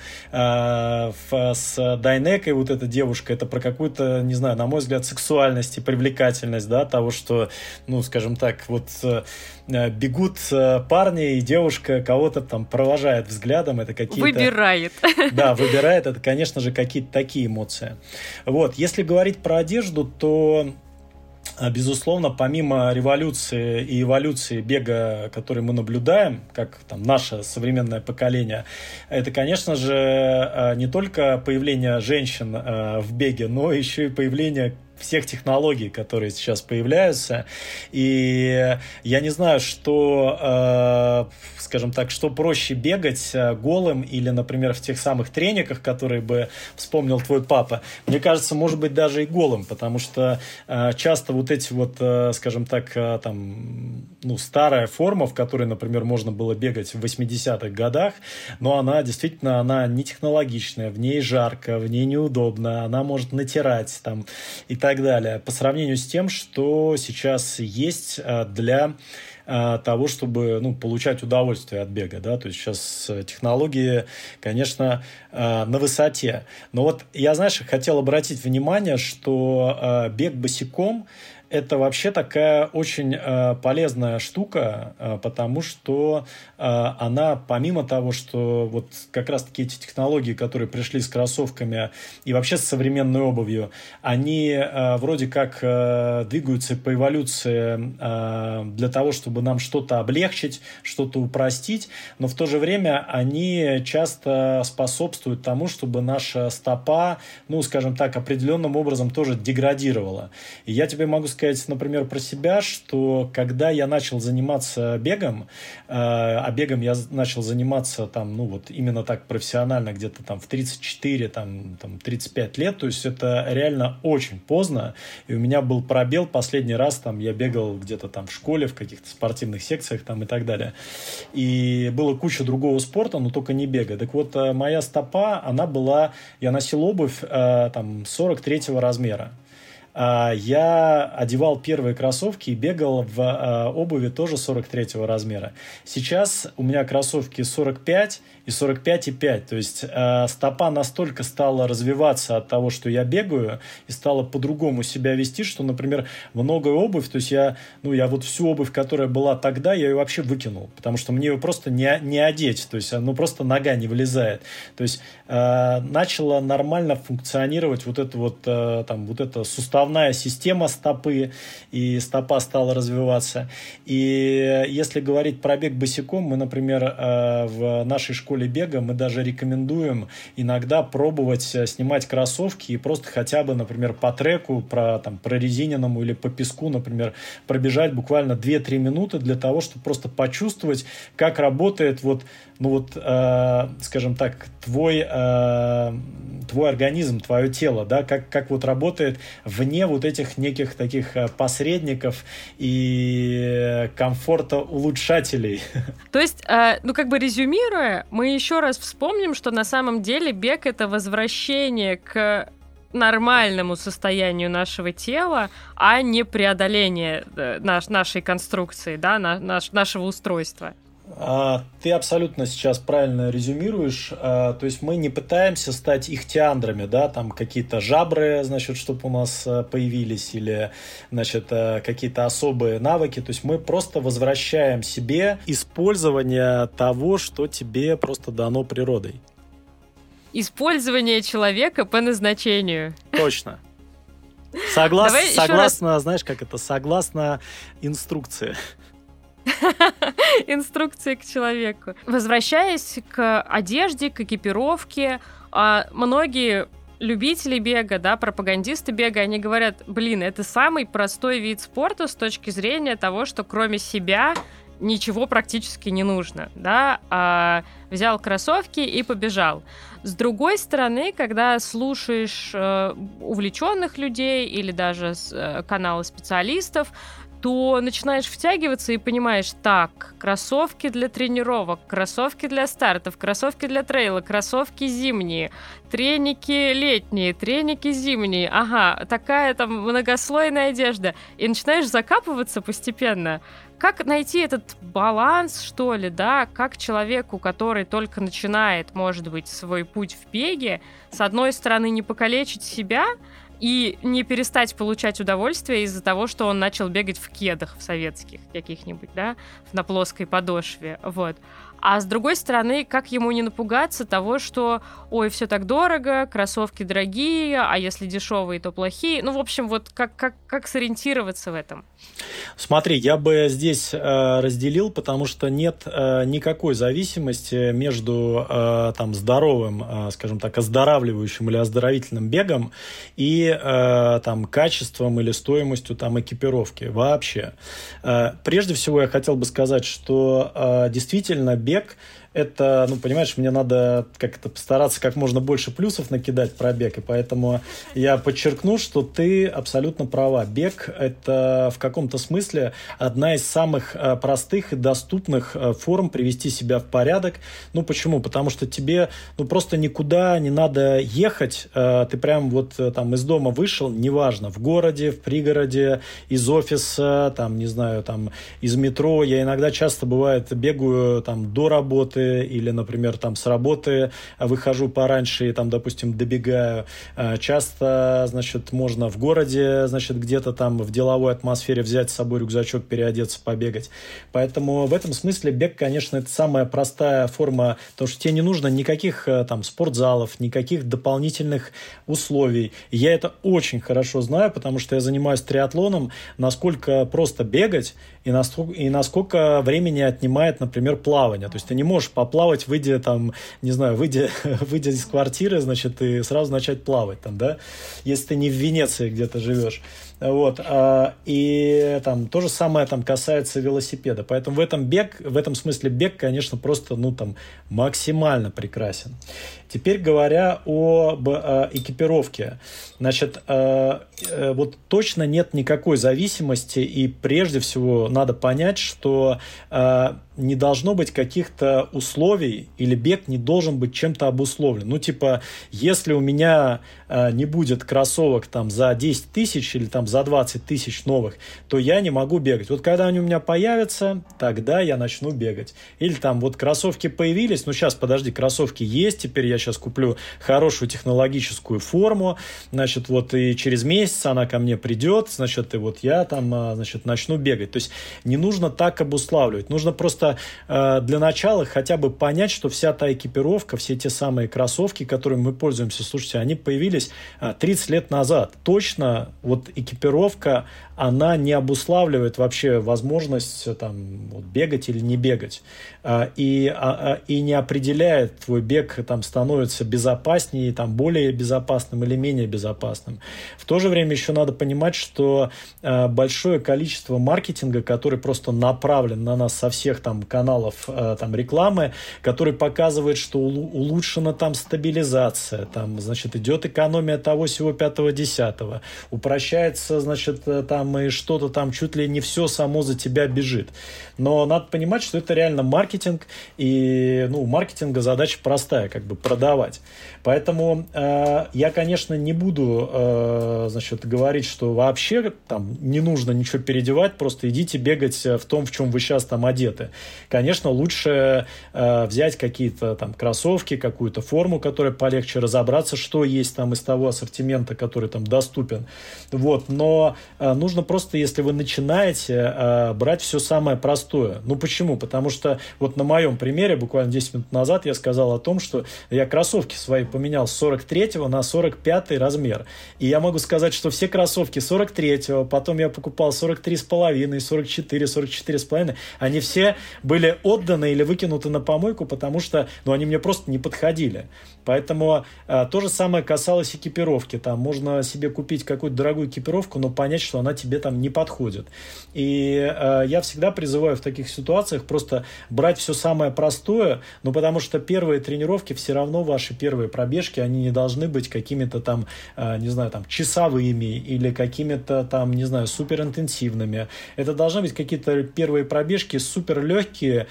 С Дейнекой эта девушка, это про какую-то, не знаю, на мой взгляд, сексуальность и привлекательность, да, того, что, скажем так, бегут парни, и девушка кого-то там провожает взглядом, это какие-то... Выбирает. Да, выбирает, это, конечно же, какие-то такие эмоции. Если говорить про одежду, то... Безусловно, помимо революции и эволюции бега, который мы наблюдаем, как наше современное поколение, это, конечно же, не только появление женщин в беге, но еще и появление всех технологий, которые сейчас появляются. И я не знаю, что, скажем так, что проще бегать голым или, например, в тех самых трениках, которые бы вспомнил твой папа. Мне кажется, может быть, даже и голым, потому что часто эти скажем так, старая форма, в которой, например, можно было бегать в 80-х годах, но она действительно, она не технологичная, в ней жарко, в ней неудобно, она может натирать и так далее, по сравнению с тем, что сейчас есть для того, чтобы получать удовольствие от бега, да, то есть сейчас технологии, конечно, на высоте. Но я, хотел обратить внимание, что бег босиком — это вообще такая очень полезная штука, потому что она, помимо того, что как раз-таки эти технологии, которые пришли с кроссовками и вообще с современной обувью, они вроде как двигаются по эволюции для того, чтобы нам что-то облегчить, что-то упростить, но в то же время они часто способствуют тому, чтобы наша стопа, скажем так, определенным образом тоже деградировала. И я тебе могу сказать, сказать, например, про себя, что когда я начал заниматься бегом, а бегом я начал заниматься там, ну вот именно так профессионально где-то там в 34, там 35 лет, то есть это реально очень поздно, и у меня был пробел последний раз, там я бегал где-то там в школе, в каких-то спортивных секциях там и так далее. И было куча другого спорта, но только не бега. Так вот, моя стопа, она была, я носил обувь там 43-го размера. Я одевал первые кроссовки и бегал в обуви тоже 43-го размера. Сейчас у меня кроссовки 45 и 45,5. То есть стопа настолько стала развиваться от того, что я бегаю, и стала по-другому себя вести, что, например, многое обувь, то есть я вот всю обувь, которая была тогда, я ее вообще выкинул, потому что мне ее просто не одеть, то есть просто нога не влезает. То есть начала нормально функционировать вот эта суставная система стопы, и стопа стала развиваться. И если говорить про бег босиком, мы, например, в нашей школе бега мы даже рекомендуем иногда пробовать снимать кроссовки и просто хотя бы, например, по треку, прорезиненному или по песку, например, пробежать буквально 2-3 минуты для того, чтобы просто почувствовать, как работает скажем так, твой организм, твое тело, да, как вот работает вне вот этих неких таких посредников и комфорта-улучшателей. То есть, резюмируя, мы еще раз вспомним, что на самом деле бег — это возвращение к нормальному состоянию нашего тела, а не преодоление нашей конструкции, да, нашего устройства. Ты абсолютно сейчас правильно резюмируешь. То есть мы не пытаемся стать ихтиандрами, да, там какие-то жабры, значит, чтобы у нас появились, или, значит, какие-то особые навыки. То есть мы просто возвращаем себе использование того, что тебе просто дано природой. Использование человека по назначению. Точно. Согласно, знаешь, как это? Согласно инструкции. Инструкции к человеку. Возвращаясь к одежде, к экипировке, многие любители бега, да, пропагандисты бега, они говорят, это самый простой вид спорта с точки зрения того, что кроме себя ничего практически не нужно, да, взял кроссовки и побежал. С другой стороны, когда слушаешь увлеченных людей или даже каналы специалистов, то начинаешь втягиваться и понимаешь, так, кроссовки для тренировок, кроссовки для стартов, кроссовки для трейла, кроссовки зимние, треники летние, треники зимние, такая там многослойная одежда. И начинаешь закапываться постепенно. Как найти этот баланс, что ли, да, как человеку, который только начинает, может быть, свой путь в беге, с одной стороны, не покалечить себя, и не перестать получать удовольствие из-за того, что он начал бегать в кедах в советских каких-нибудь, да, на плоской подошве, вот. А с другой стороны, как ему не напугаться того, что, ой, все так дорого, кроссовки дорогие, а если дешевые, то плохие. В общем, вот как сориентироваться в этом? Смотри, я бы здесь разделил, потому что нет никакой зависимости между здоровым, скажем так, оздоравливающим или оздоровительным бегом и качеством или стоимостью экипировки вообще. Прежде всего, я хотел бы сказать, что действительно бег – это, понимаешь, мне надо как-то постараться как можно больше плюсов накидать про бег, и поэтому я подчеркну, что ты абсолютно права. Бег – это в каком-то смысле одна из самых простых и доступных форм привести себя в порядок. Почему? Потому что тебе, просто никуда не надо ехать, ты прям из дома вышел, неважно, в городе, в пригороде, из офиса, из метро. Я иногда часто, бывает, бегаю до работы, или, например, с работы выхожу пораньше и допустим, добегаю. Часто, можно в городе, где-то в деловой атмосфере взять с собой рюкзачок, переодеться, побегать. Поэтому в этом смысле бег, конечно, это самая простая форма, потому что тебе не нужно никаких спортзалов, никаких дополнительных условий. Я это очень хорошо знаю, потому что я занимаюсь триатлоном, насколько просто бегать и насколько времени отнимает, например, плавание. То есть ты не можешь поплавать, выйдя из квартиры, и сразу начать плавать, да, если ты не в Венеции где-то живешь. Вот. И там то же самое там касается велосипеда. Поэтому в этом смысле бег, конечно, просто максимально прекрасен. Теперь говоря об экипировке. Значит, вот точно нет никакой зависимости, и прежде всего надо понять, что не должно быть каких-то условий, или бег не должен быть чем-то обусловлен. Ну, типа, если у меня не будет кроссовок там за 10 тысяч или там за 20 тысяч новых, то я не могу бегать. Вот когда они у меня появятся, тогда я начну бегать. Или там вот кроссовки появились, ну, сейчас, подожди, кроссовки есть, теперь я сейчас куплю хорошую технологическую форму, значит, вот и через месяц она ко мне придет, значит, и вот я там, значит, начну бегать. То есть не нужно так обуславливать, нужно просто для начала хотя бы понять, что вся та экипировка, все те самые кроссовки, которыми мы пользуемся, слушайте, они появились 30 лет назад. Точно вот экипировка, она не обуславливает вообще возможность там, вот, бегать или не бегать. И не определяет, твой бег там становится безопаснее, там, более безопасным или менее безопасным. В то же время еще надо понимать, что большое количество маркетинга, который просто направлен на нас со всех там каналов там, рекламы, который показывает, что улучшена там стабилизация, там, значит, идет экономия того, всего 5-10, упрощается, значит, там и что-то там чуть ли не все само за тебя бежит. Но надо понимать, что это реально маркетинг, и у маркетинга задача простая, как бы продавать. Поэтому я, конечно, не буду, значит, говорить, что вообще там не нужно ничего переодевать, просто идите бегать в том, в чем вы сейчас там одеты. Конечно, лучше взять какие-то там кроссовки, какую-то форму, которая полегче, разобраться, что есть там из того ассортимента, который там доступен. Вот. Но нужно просто, если вы начинаете, брать все самое простое. Ну, почему? Потому что вот на моем примере, буквально 10 минут назад я сказал о том, что я кроссовки свои поменял с 43 на 45 размер. И я могу сказать, что все кроссовки 43-го, потом я покупал 43,5, 44, 44,5, они все были отданы или выкинуты на помойку, потому что они мне просто не подходили. Поэтому то же самое касалось экипировки. Там можно себе купить какую-то дорогую экипировку, но понять, что она тебе там не подходит. И я всегда призываю в таких ситуациях просто брать все самое простое, потому что первые тренировки, все равно ваши первые пробежки, они не должны быть какими-то там, не знаю, там часовыми или какими-то там, не знаю, суперинтенсивными. Это должны быть какие-то первые пробежки супер легкие,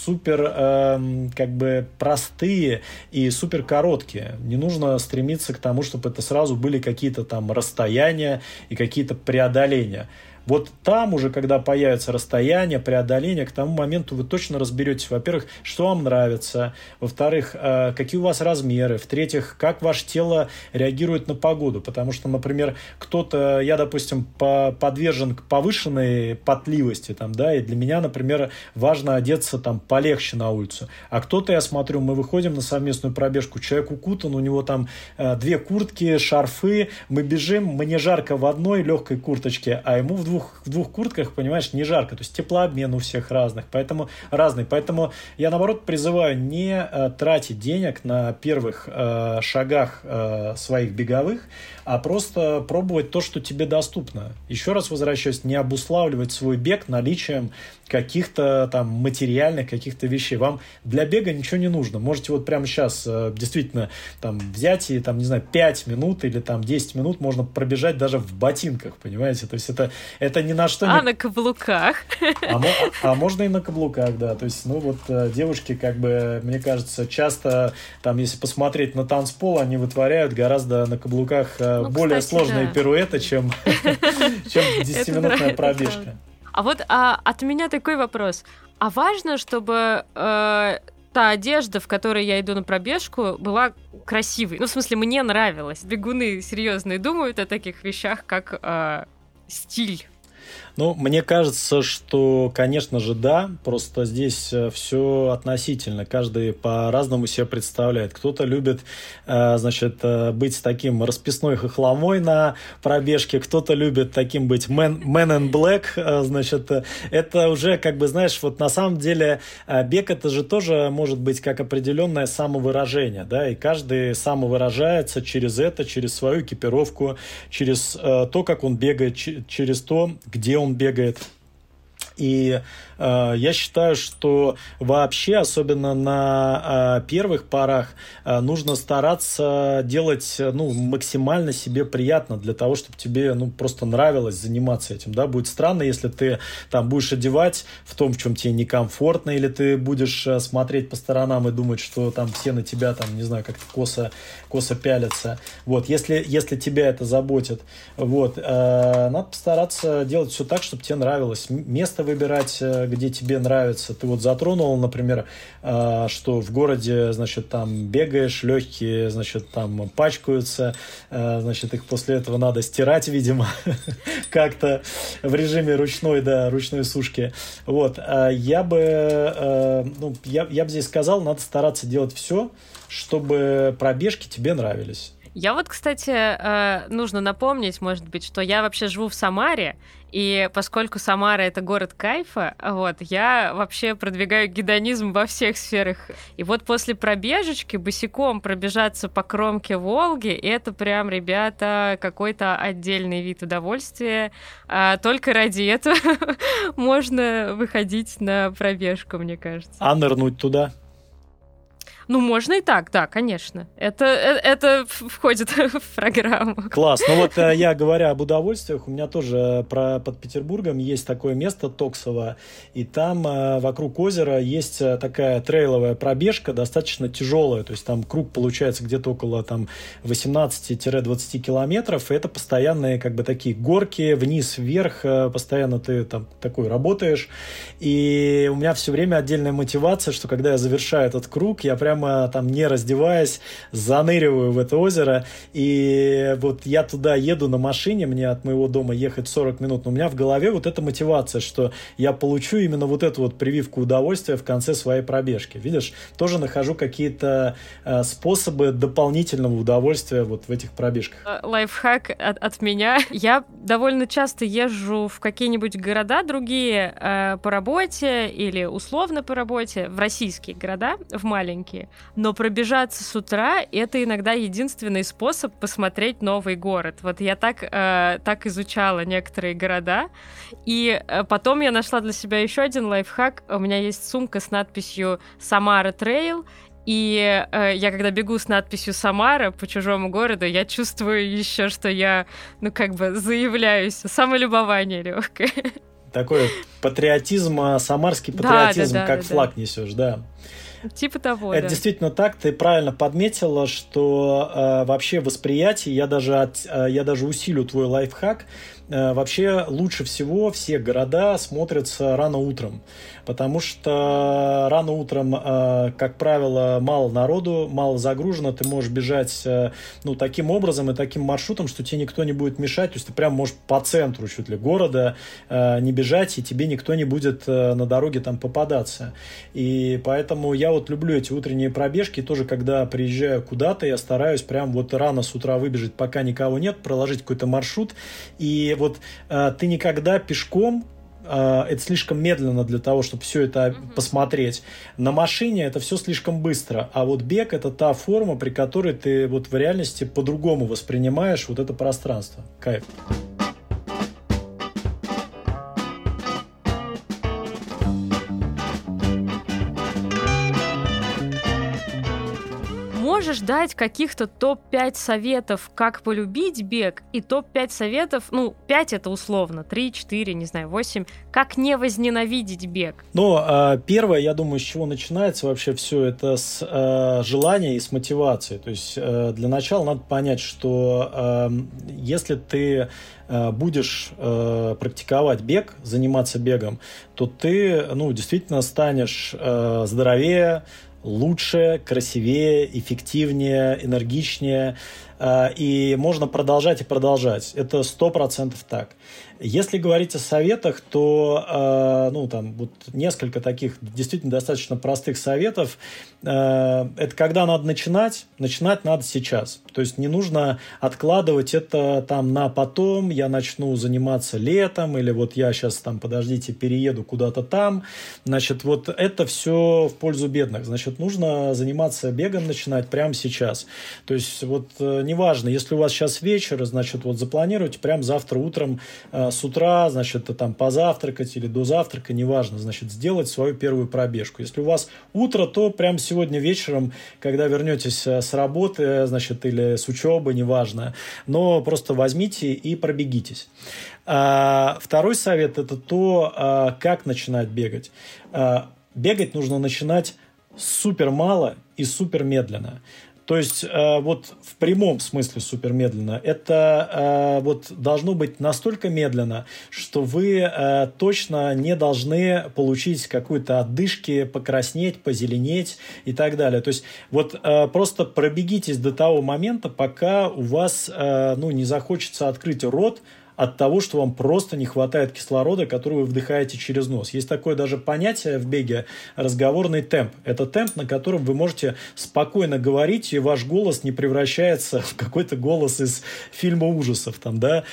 супер как бы простые и супер короткие. Не нужно стремиться к тому, чтобы это сразу были какие-то там расстояния и какие-то преодоления. Вот там уже, когда появится расстояние, преодоление, к тому моменту вы точно разберетесь, во-первых, что вам нравится, во-вторых, какие у вас размеры, в-третьих, как ваше тело реагирует на погоду, потому что, например, кто-то, я, допустим, подвержен к повышенной потливости, там, да, и для меня, например, важно одеться там полегче на улицу, а кто-то, я смотрю, мы выходим на совместную пробежку, человек укутан, у него там 2 куртки, шарфы, мы бежим, мне жарко в одной легкой курточке, а ему в двух куртках, понимаешь, не жарко. То есть теплообмен у всех разный. Поэтому я, наоборот, призываю не тратить денег на первых шагах своих беговых, а просто пробовать то, что тебе доступно. Еще раз возвращаюсь, не обуславливать свой бег наличием каких-то там материальных каких-то вещей. Вам для бега ничего не нужно. Можете вот прямо сейчас действительно там взять и там, не знаю, 5 минут или там 10 минут можно пробежать даже в ботинках, понимаете? То есть это ни на что не... на каблуках. А можно и на каблуках, да. То есть, девушки, как бы, мне кажется, часто там, если посмотреть на танцпол, они вытворяют гораздо на каблуках более сложные пируэты, чем 10-минутная пробежка. А вот от меня такой вопрос. А важно, чтобы та одежда, в которой я иду на пробежку, была красивой? В смысле, мне нравилось. Бегуны серьезные думают о таких вещах, как стиль. Ну, мне кажется, что, конечно же, да, просто здесь все относительно. Каждый по-разному себе представляет. Кто-то любит, значит, быть таким расписной хохломой на пробежке, кто-то любит таким быть man in black, значит, это уже, как бы, знаешь, вот на самом деле бег это же тоже может быть как определенное самовыражение, да, и каждый самовыражается через это, через свою экипировку, через то, как он бегает, через то, где он бегает. И я считаю, что вообще, особенно на первых порах, нужно стараться делать максимально себе приятно для того, чтобы тебе просто нравилось заниматься этим. Да? Будет странно, если ты там будешь одевать в том, в чем тебе некомфортно, или ты будешь смотреть по сторонам и думать, что там все на тебя, там, не знаю, как-то косо пялятся. Вот. Если тебя это заботит, вот, надо постараться делать все так, чтобы тебе нравилось. Место выбирать, где тебе нравится. Ты вот затронул, например, что в городе, значит, там бегаешь, легкие, значит, там пачкаются, значит, их после этого надо стирать, видимо, как-то в режиме ручной сушки. Вот. Я бы здесь сказал, надо стараться делать все, чтобы пробежки тебе нравились. Я вот, кстати, нужно напомнить, может быть, что я вообще живу в Самаре, и поскольку Самара — это город кайфа, вот, я вообще продвигаю гедонизм во всех сферах. И вот после пробежечки босиком пробежаться по кромке Волги — это прям, ребята, какой-то отдельный вид удовольствия. Только ради этого можно выходить на пробежку, мне кажется. А нырнуть туда? Ну, можно и так, да, конечно. Это входит в программу. Класс. Ну вот я, говоря об удовольствиях, у меня тоже под Петербургом есть такое место Токсово, и там вокруг озера есть такая трейловая пробежка, достаточно тяжелая, то есть там круг получается где-то около там 18-20 километров, и это постоянные как бы такие горки, вниз-вверх, постоянно ты там такой работаешь, и у меня все время отдельная мотивация, что когда я завершаю этот круг, я прямо там, не раздеваясь, заныриваю в это озеро, и вот я туда еду на машине, мне от моего дома ехать 40 минут, но у меня в голове вот эта мотивация, что я получу именно вот эту вот прививку удовольствия в конце своей пробежки. Видишь, тоже нахожу какие-то способы дополнительного удовольствия вот в этих пробежках. Лайфхак от меня. Я довольно часто езжу в какие-нибудь города другие по работе или условно по работе, в российские города, в маленькие. Но пробежаться с утра — это иногда единственный способ посмотреть новый город. Вот я так изучала некоторые города, и потом я нашла для себя еще один лайфхак. У меня есть сумка с надписью «Самара Трейл», и я, когда бегу с надписью «Самара» по чужому городу, я чувствую еще, что я, заявляюсь. Самолюбование легкое. Такой патриотизм, самарский патриотизм, да, как флаг несешь, да. Типа того, это действительно так, ты правильно подметила, что вообще восприятие, я даже усилю твой лайфхак, вообще лучше всего все города смотрятся рано утром, потому что рано утром, как правило, мало народу, мало загружено, ты можешь бежать таким образом и таким маршрутом, что тебе никто не будет мешать, то есть ты прям можешь по центру чуть ли города не бежать, и тебе никто не будет на дороге там попадаться. И поэтому я вот люблю эти утренние пробежки, тоже когда приезжаю куда-то, я стараюсь прям вот рано с утра выбежать, пока никого нет, проложить какой-то маршрут, и вот ты никогда пешком, это слишком медленно для того, чтобы все это посмотреть. На машине это все слишком быстро, а вот бег — это та форма, при которой ты вот в реальности по-другому воспринимаешь вот это пространство. Кайф. Можешь дать каких-то топ-5 советов, как полюбить бег, и топ-5 советов, 5 это условно, 3, 4, не знаю, 8, как не возненавидеть бег? Первое, я думаю, с чего начинается вообще все, это с желания и с мотивации. То есть для начала надо понять, что если ты будешь практиковать бег, заниматься бегом, то ты действительно станешь здоровее, лучше, красивее, эффективнее, энергичнее, и можно продолжать и продолжать. Это 100% так. Если говорить о советах, то там вот несколько таких действительно достаточно простых советов. Это когда надо начинать надо сейчас. То есть не нужно откладывать это там на потом, я начну заниматься летом, или вот я сейчас там, подождите, перееду куда-то там. Значит, вот это все в пользу бедных. Значит, нужно заниматься бегом, начинать прямо сейчас. То есть вот неважно, если у вас сейчас вечер, значит, вот запланируйте прямо завтра утром с утра, значит, там позавтракать или до завтрака, неважно, значит, сделать свою первую пробежку. Если у вас утро, то прямо сегодня вечером, когда вернетесь с работы, значит, или с учебы, неважно, но просто возьмите и пробегитесь. Второй совет – это то, как начинать бегать. Бегать нужно начинать супер мало и супер медленно. То есть вот в прямом смысле супер медленно. Это вот должно быть настолько медленно, что вы точно не должны получить какую-то отдышки, покраснеть, позеленеть и так далее. То есть вот просто пробегитесь до того момента, пока у вас не захочется открыть рот от того, что вам просто не хватает кислорода, который вы вдыхаете через нос. Есть такое даже понятие в беге – разговорный темп. Это темп, на котором вы можете спокойно говорить, и ваш голос не превращается в какой-то голос из фильма ужасов, там, да,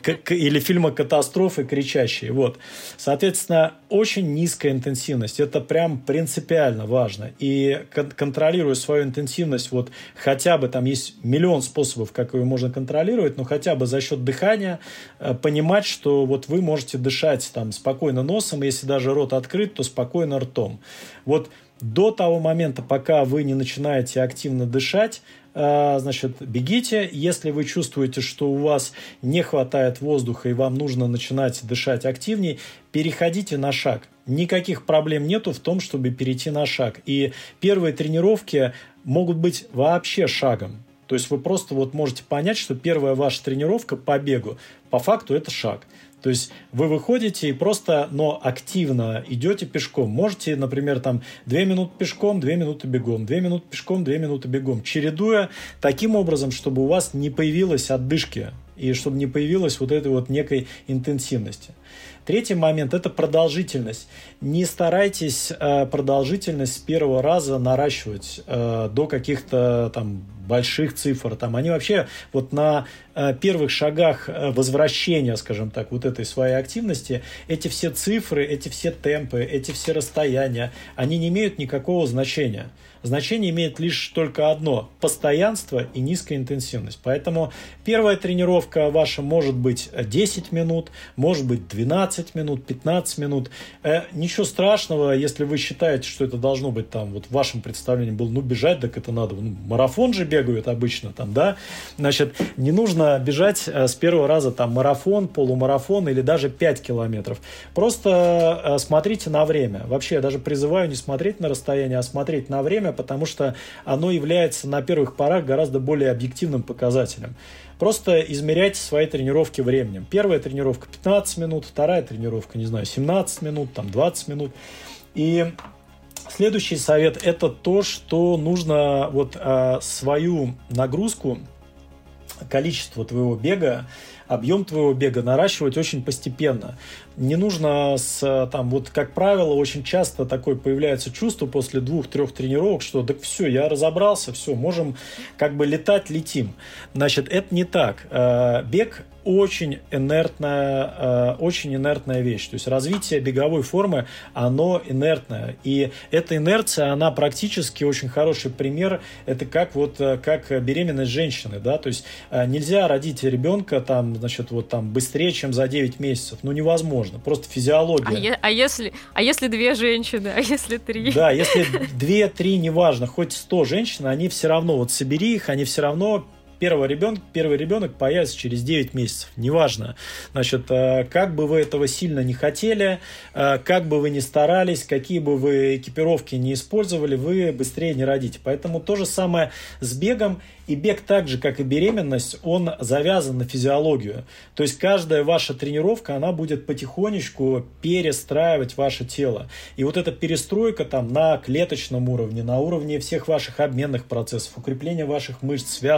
или фильма «Катастрофы» кричащие. Вот. Соответственно, очень низкая интенсивность. Это прям принципиально важно. И контролируя свою интенсивность, вот хотя бы там есть миллион способов, как ее можно контролировать, но хотя бы за счет дыхания понимать, что вот вы можете дышать там спокойно носом, если даже рот открыт, то спокойно ртом. Вот до того момента, пока вы не начинаете активно дышать, значит, бегите. Если вы чувствуете, что у вас не хватает воздуха и вам нужно начинать дышать активнее, переходите на шаг. Никаких проблем нету в том, чтобы перейти на шаг. И первые тренировки могут быть вообще шагом. То есть вы просто вот можете понять, что первая ваша тренировка по бегу, по факту это шаг. То есть вы выходите и просто, но активно идете пешком. Можете, например, там 2 минуты пешком, 2 минуты бегом, 2 минуты пешком, 2 минуты бегом, чередуя таким образом, чтобы у вас не появилось отдышки и чтобы не появилось вот этой вот некой интенсивности. Третий момент – это продолжительность. Не старайтесь продолжительность с первого раза наращивать до каких-то там больших цифр. Там они вообще вот на первых шагах возвращения, скажем так, вот этой своей активности, эти все цифры, эти все темпы, эти все расстояния, они не имеют никакого значения. Значение имеет лишь только одно – постоянство и низкая интенсивность. Поэтому первая тренировка ваша может быть 10 минут, может быть 12 минут, 15 минут. Ничего страшного, если вы считаете, что это должно быть там, вот в вашем представлении было, бежать, так это надо. Марафон же бегают обычно там, да? Значит, не нужно бежать с первого раза там марафон, полумарафон или даже 5 километров. Просто смотрите на время. Вообще, я даже призываю не смотреть на расстояние, а смотреть на время, потому что оно является на первых порах гораздо более объективным показателем. Просто измеряйте свои тренировки временем. Первая тренировка 15 минут, вторая тренировка, 17 минут, 20 минут. И следующий совет – это то, что нужно свою нагрузку, количество твоего бега, объем твоего бега наращивать очень постепенно. Не нужно, как правило, очень часто такое появляется чувство после 2-3 тренировок, что так все, я разобрался, все, можем летать, летим. Значит, это не так. Бег очень инертная вещь. То есть развитие беговой формы, оно инертное. И эта инерция, она практически очень хороший пример. Это как беременность женщины. Да? То есть нельзя родить ребенка быстрее, чем за 9 месяцев. Невозможно. Просто физиология. А если 2 женщины, а если 3? Да, если 2-3, неважно, хоть 100 женщин, они все равно, собери их, они все равно... Первый ребенок появится через 9 месяцев. Неважно. Значит, как бы вы этого сильно не хотели, как бы вы ни старались, какие бы вы экипировки не использовали, вы быстрее не родите. Поэтому то же самое с бегом. И бег так же, как и беременность, он завязан на физиологию. То есть каждая ваша тренировка, она будет потихонечку перестраивать ваше тело. И вот эта перестройка на клеточном уровне, на уровне всех ваших обменных процессов, укрепления ваших мышц, связок, опорно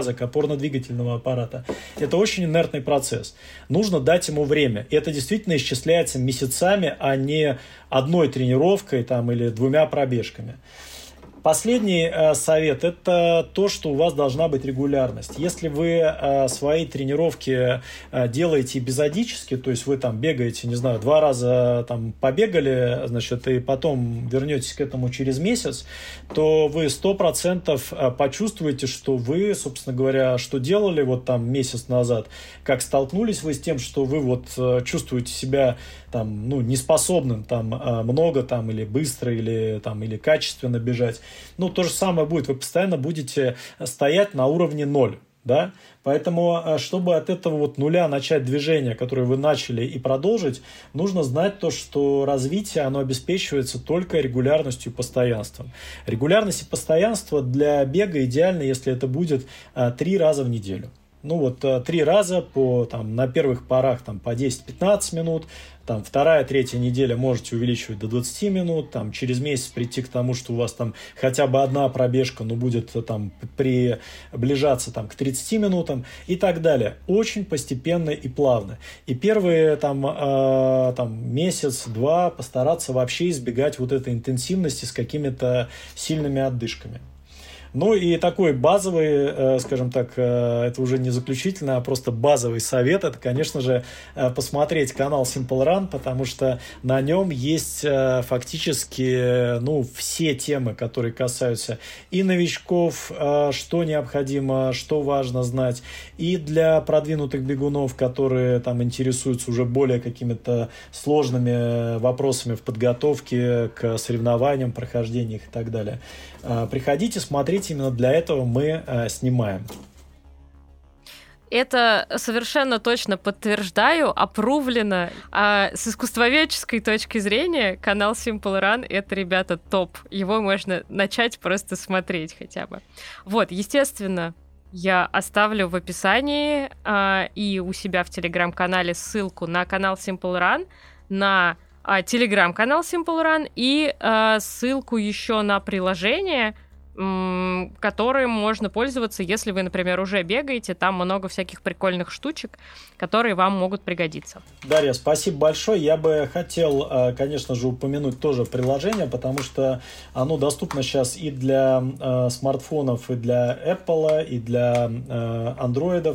опорно-двигательного аппарата. Это очень инертный процесс. Нужно дать ему время. И это действительно исчисляется месяцами, а не одной тренировкой там, или 2 пробежками. Последний совет – это то, что у вас должна быть регулярность. Если вы свои тренировки делаете эпизодически, то есть вы там бегаете, не знаю, 2 раза там побегали, значит, и потом вернетесь к этому через месяц, то вы 100% почувствуете, что вы, собственно говоря, что делали вот там месяц назад, как столкнулись вы с тем, что вы вот чувствуете себя там, ну, неспособным там много там или быстро, или там, или качественно бежать. Ну, то же самое будет. Вы постоянно будете стоять на уровне 0. Да? Поэтому, чтобы от этого вот нуля начать движение, которое вы начали, и продолжить, нужно знать то, что развитие, оно обеспечивается только регулярностью и постоянством. Регулярность и постоянство для бега идеально, если это будет 3 раза в неделю. Ну вот 3 раза там, на первых порах там, по 10-15 минут, там, 2-3 неделя можете увеличивать до 20 минут, там, через месяц прийти к тому, что у вас там хотя бы одна пробежка, но будет там, приближаться там, к 30 минутам и так далее. Очень постепенно и плавно. И первые там, месяц-два постараться вообще избегать вот этой интенсивности с какими-то сильными отдышками. Ну и такой базовый, скажем так, это уже не заключительный, а просто базовый совет, это, конечно же, посмотреть канал Simple Run, потому что на нем есть фактически, ну, все темы, которые касаются и новичков, что необходимо, что важно знать, и для продвинутых бегунов, которые там интересуются уже более какими-то сложными вопросами в подготовке к соревнованиям, прохождениях и так далее. Приходите, смотрите, именно для этого мы снимаем. Это совершенно точно подтверждаю, опрувлено. А с искусствоведческой точки зрения канал Simple Run — это, ребята, топ. Его можно начать просто смотреть хотя бы. Вот, естественно, я оставлю в описании и у себя в Телеграм-канале ссылку на канал Simple Run, на Телеграм-канал Simple Run и ссылку еще на приложение, которым можно пользоваться, если вы, например, уже бегаете. Там много всяких прикольных штучек, которые вам могут пригодиться. Дарья, спасибо большое. Я бы хотел, конечно же, упомянуть тоже приложение, потому что оно доступно сейчас и для смартфонов, и для Apple, и для андроидов.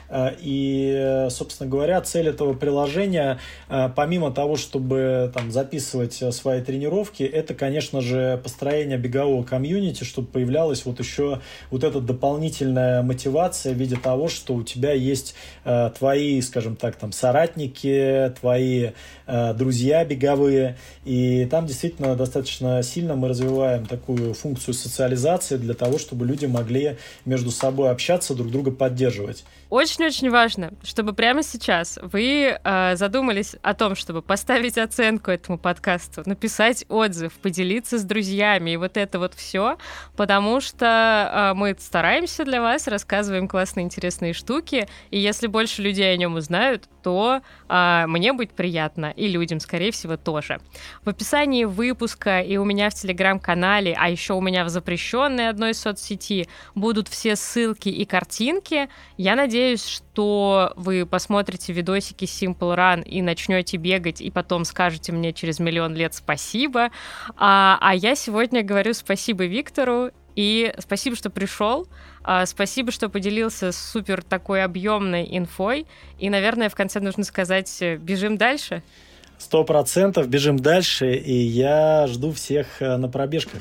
И, собственно говоря, цель этого приложения, помимо того, чтобы там, записывать свои тренировки, это, конечно же, построение бегового комьюнити, чтобы появлялась вот еще вот эта дополнительная мотивация в виде того, что у тебя есть твои, скажем так, там, соратники, твои друзья беговые, и там действительно достаточно сильно мы развиваем такую функцию социализации для того, чтобы люди могли между собой общаться, друг друга поддерживать. Очень-очень важно, чтобы прямо сейчас вы задумались о том, чтобы поставить оценку этому подкасту, написать отзыв, поделиться с друзьями и вот это вот все, потому что мы стараемся для вас, рассказываем классные, интересные штуки, и если больше людей о нем узнают, то мне будет приятно, и людям, скорее всего, тоже. В описании выпуска и у меня в Телеграм-канале, а еще у меня в запрещенной одной соцсети будут все ссылки и картинки. Я надеюсь, что вы посмотрите видосики Simple Run и начнете бегать, и потом скажете мне через 1 000 000 лет спасибо. А я сегодня говорю спасибо Виктору, и спасибо, что пришел. Спасибо, что поделился супер такой объемной инфой. И, наверное, в конце нужно сказать, бежим дальше. 100% бежим дальше, и я жду всех на пробежках.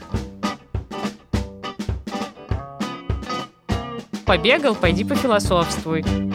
Побегал, пойди пофилософствуй.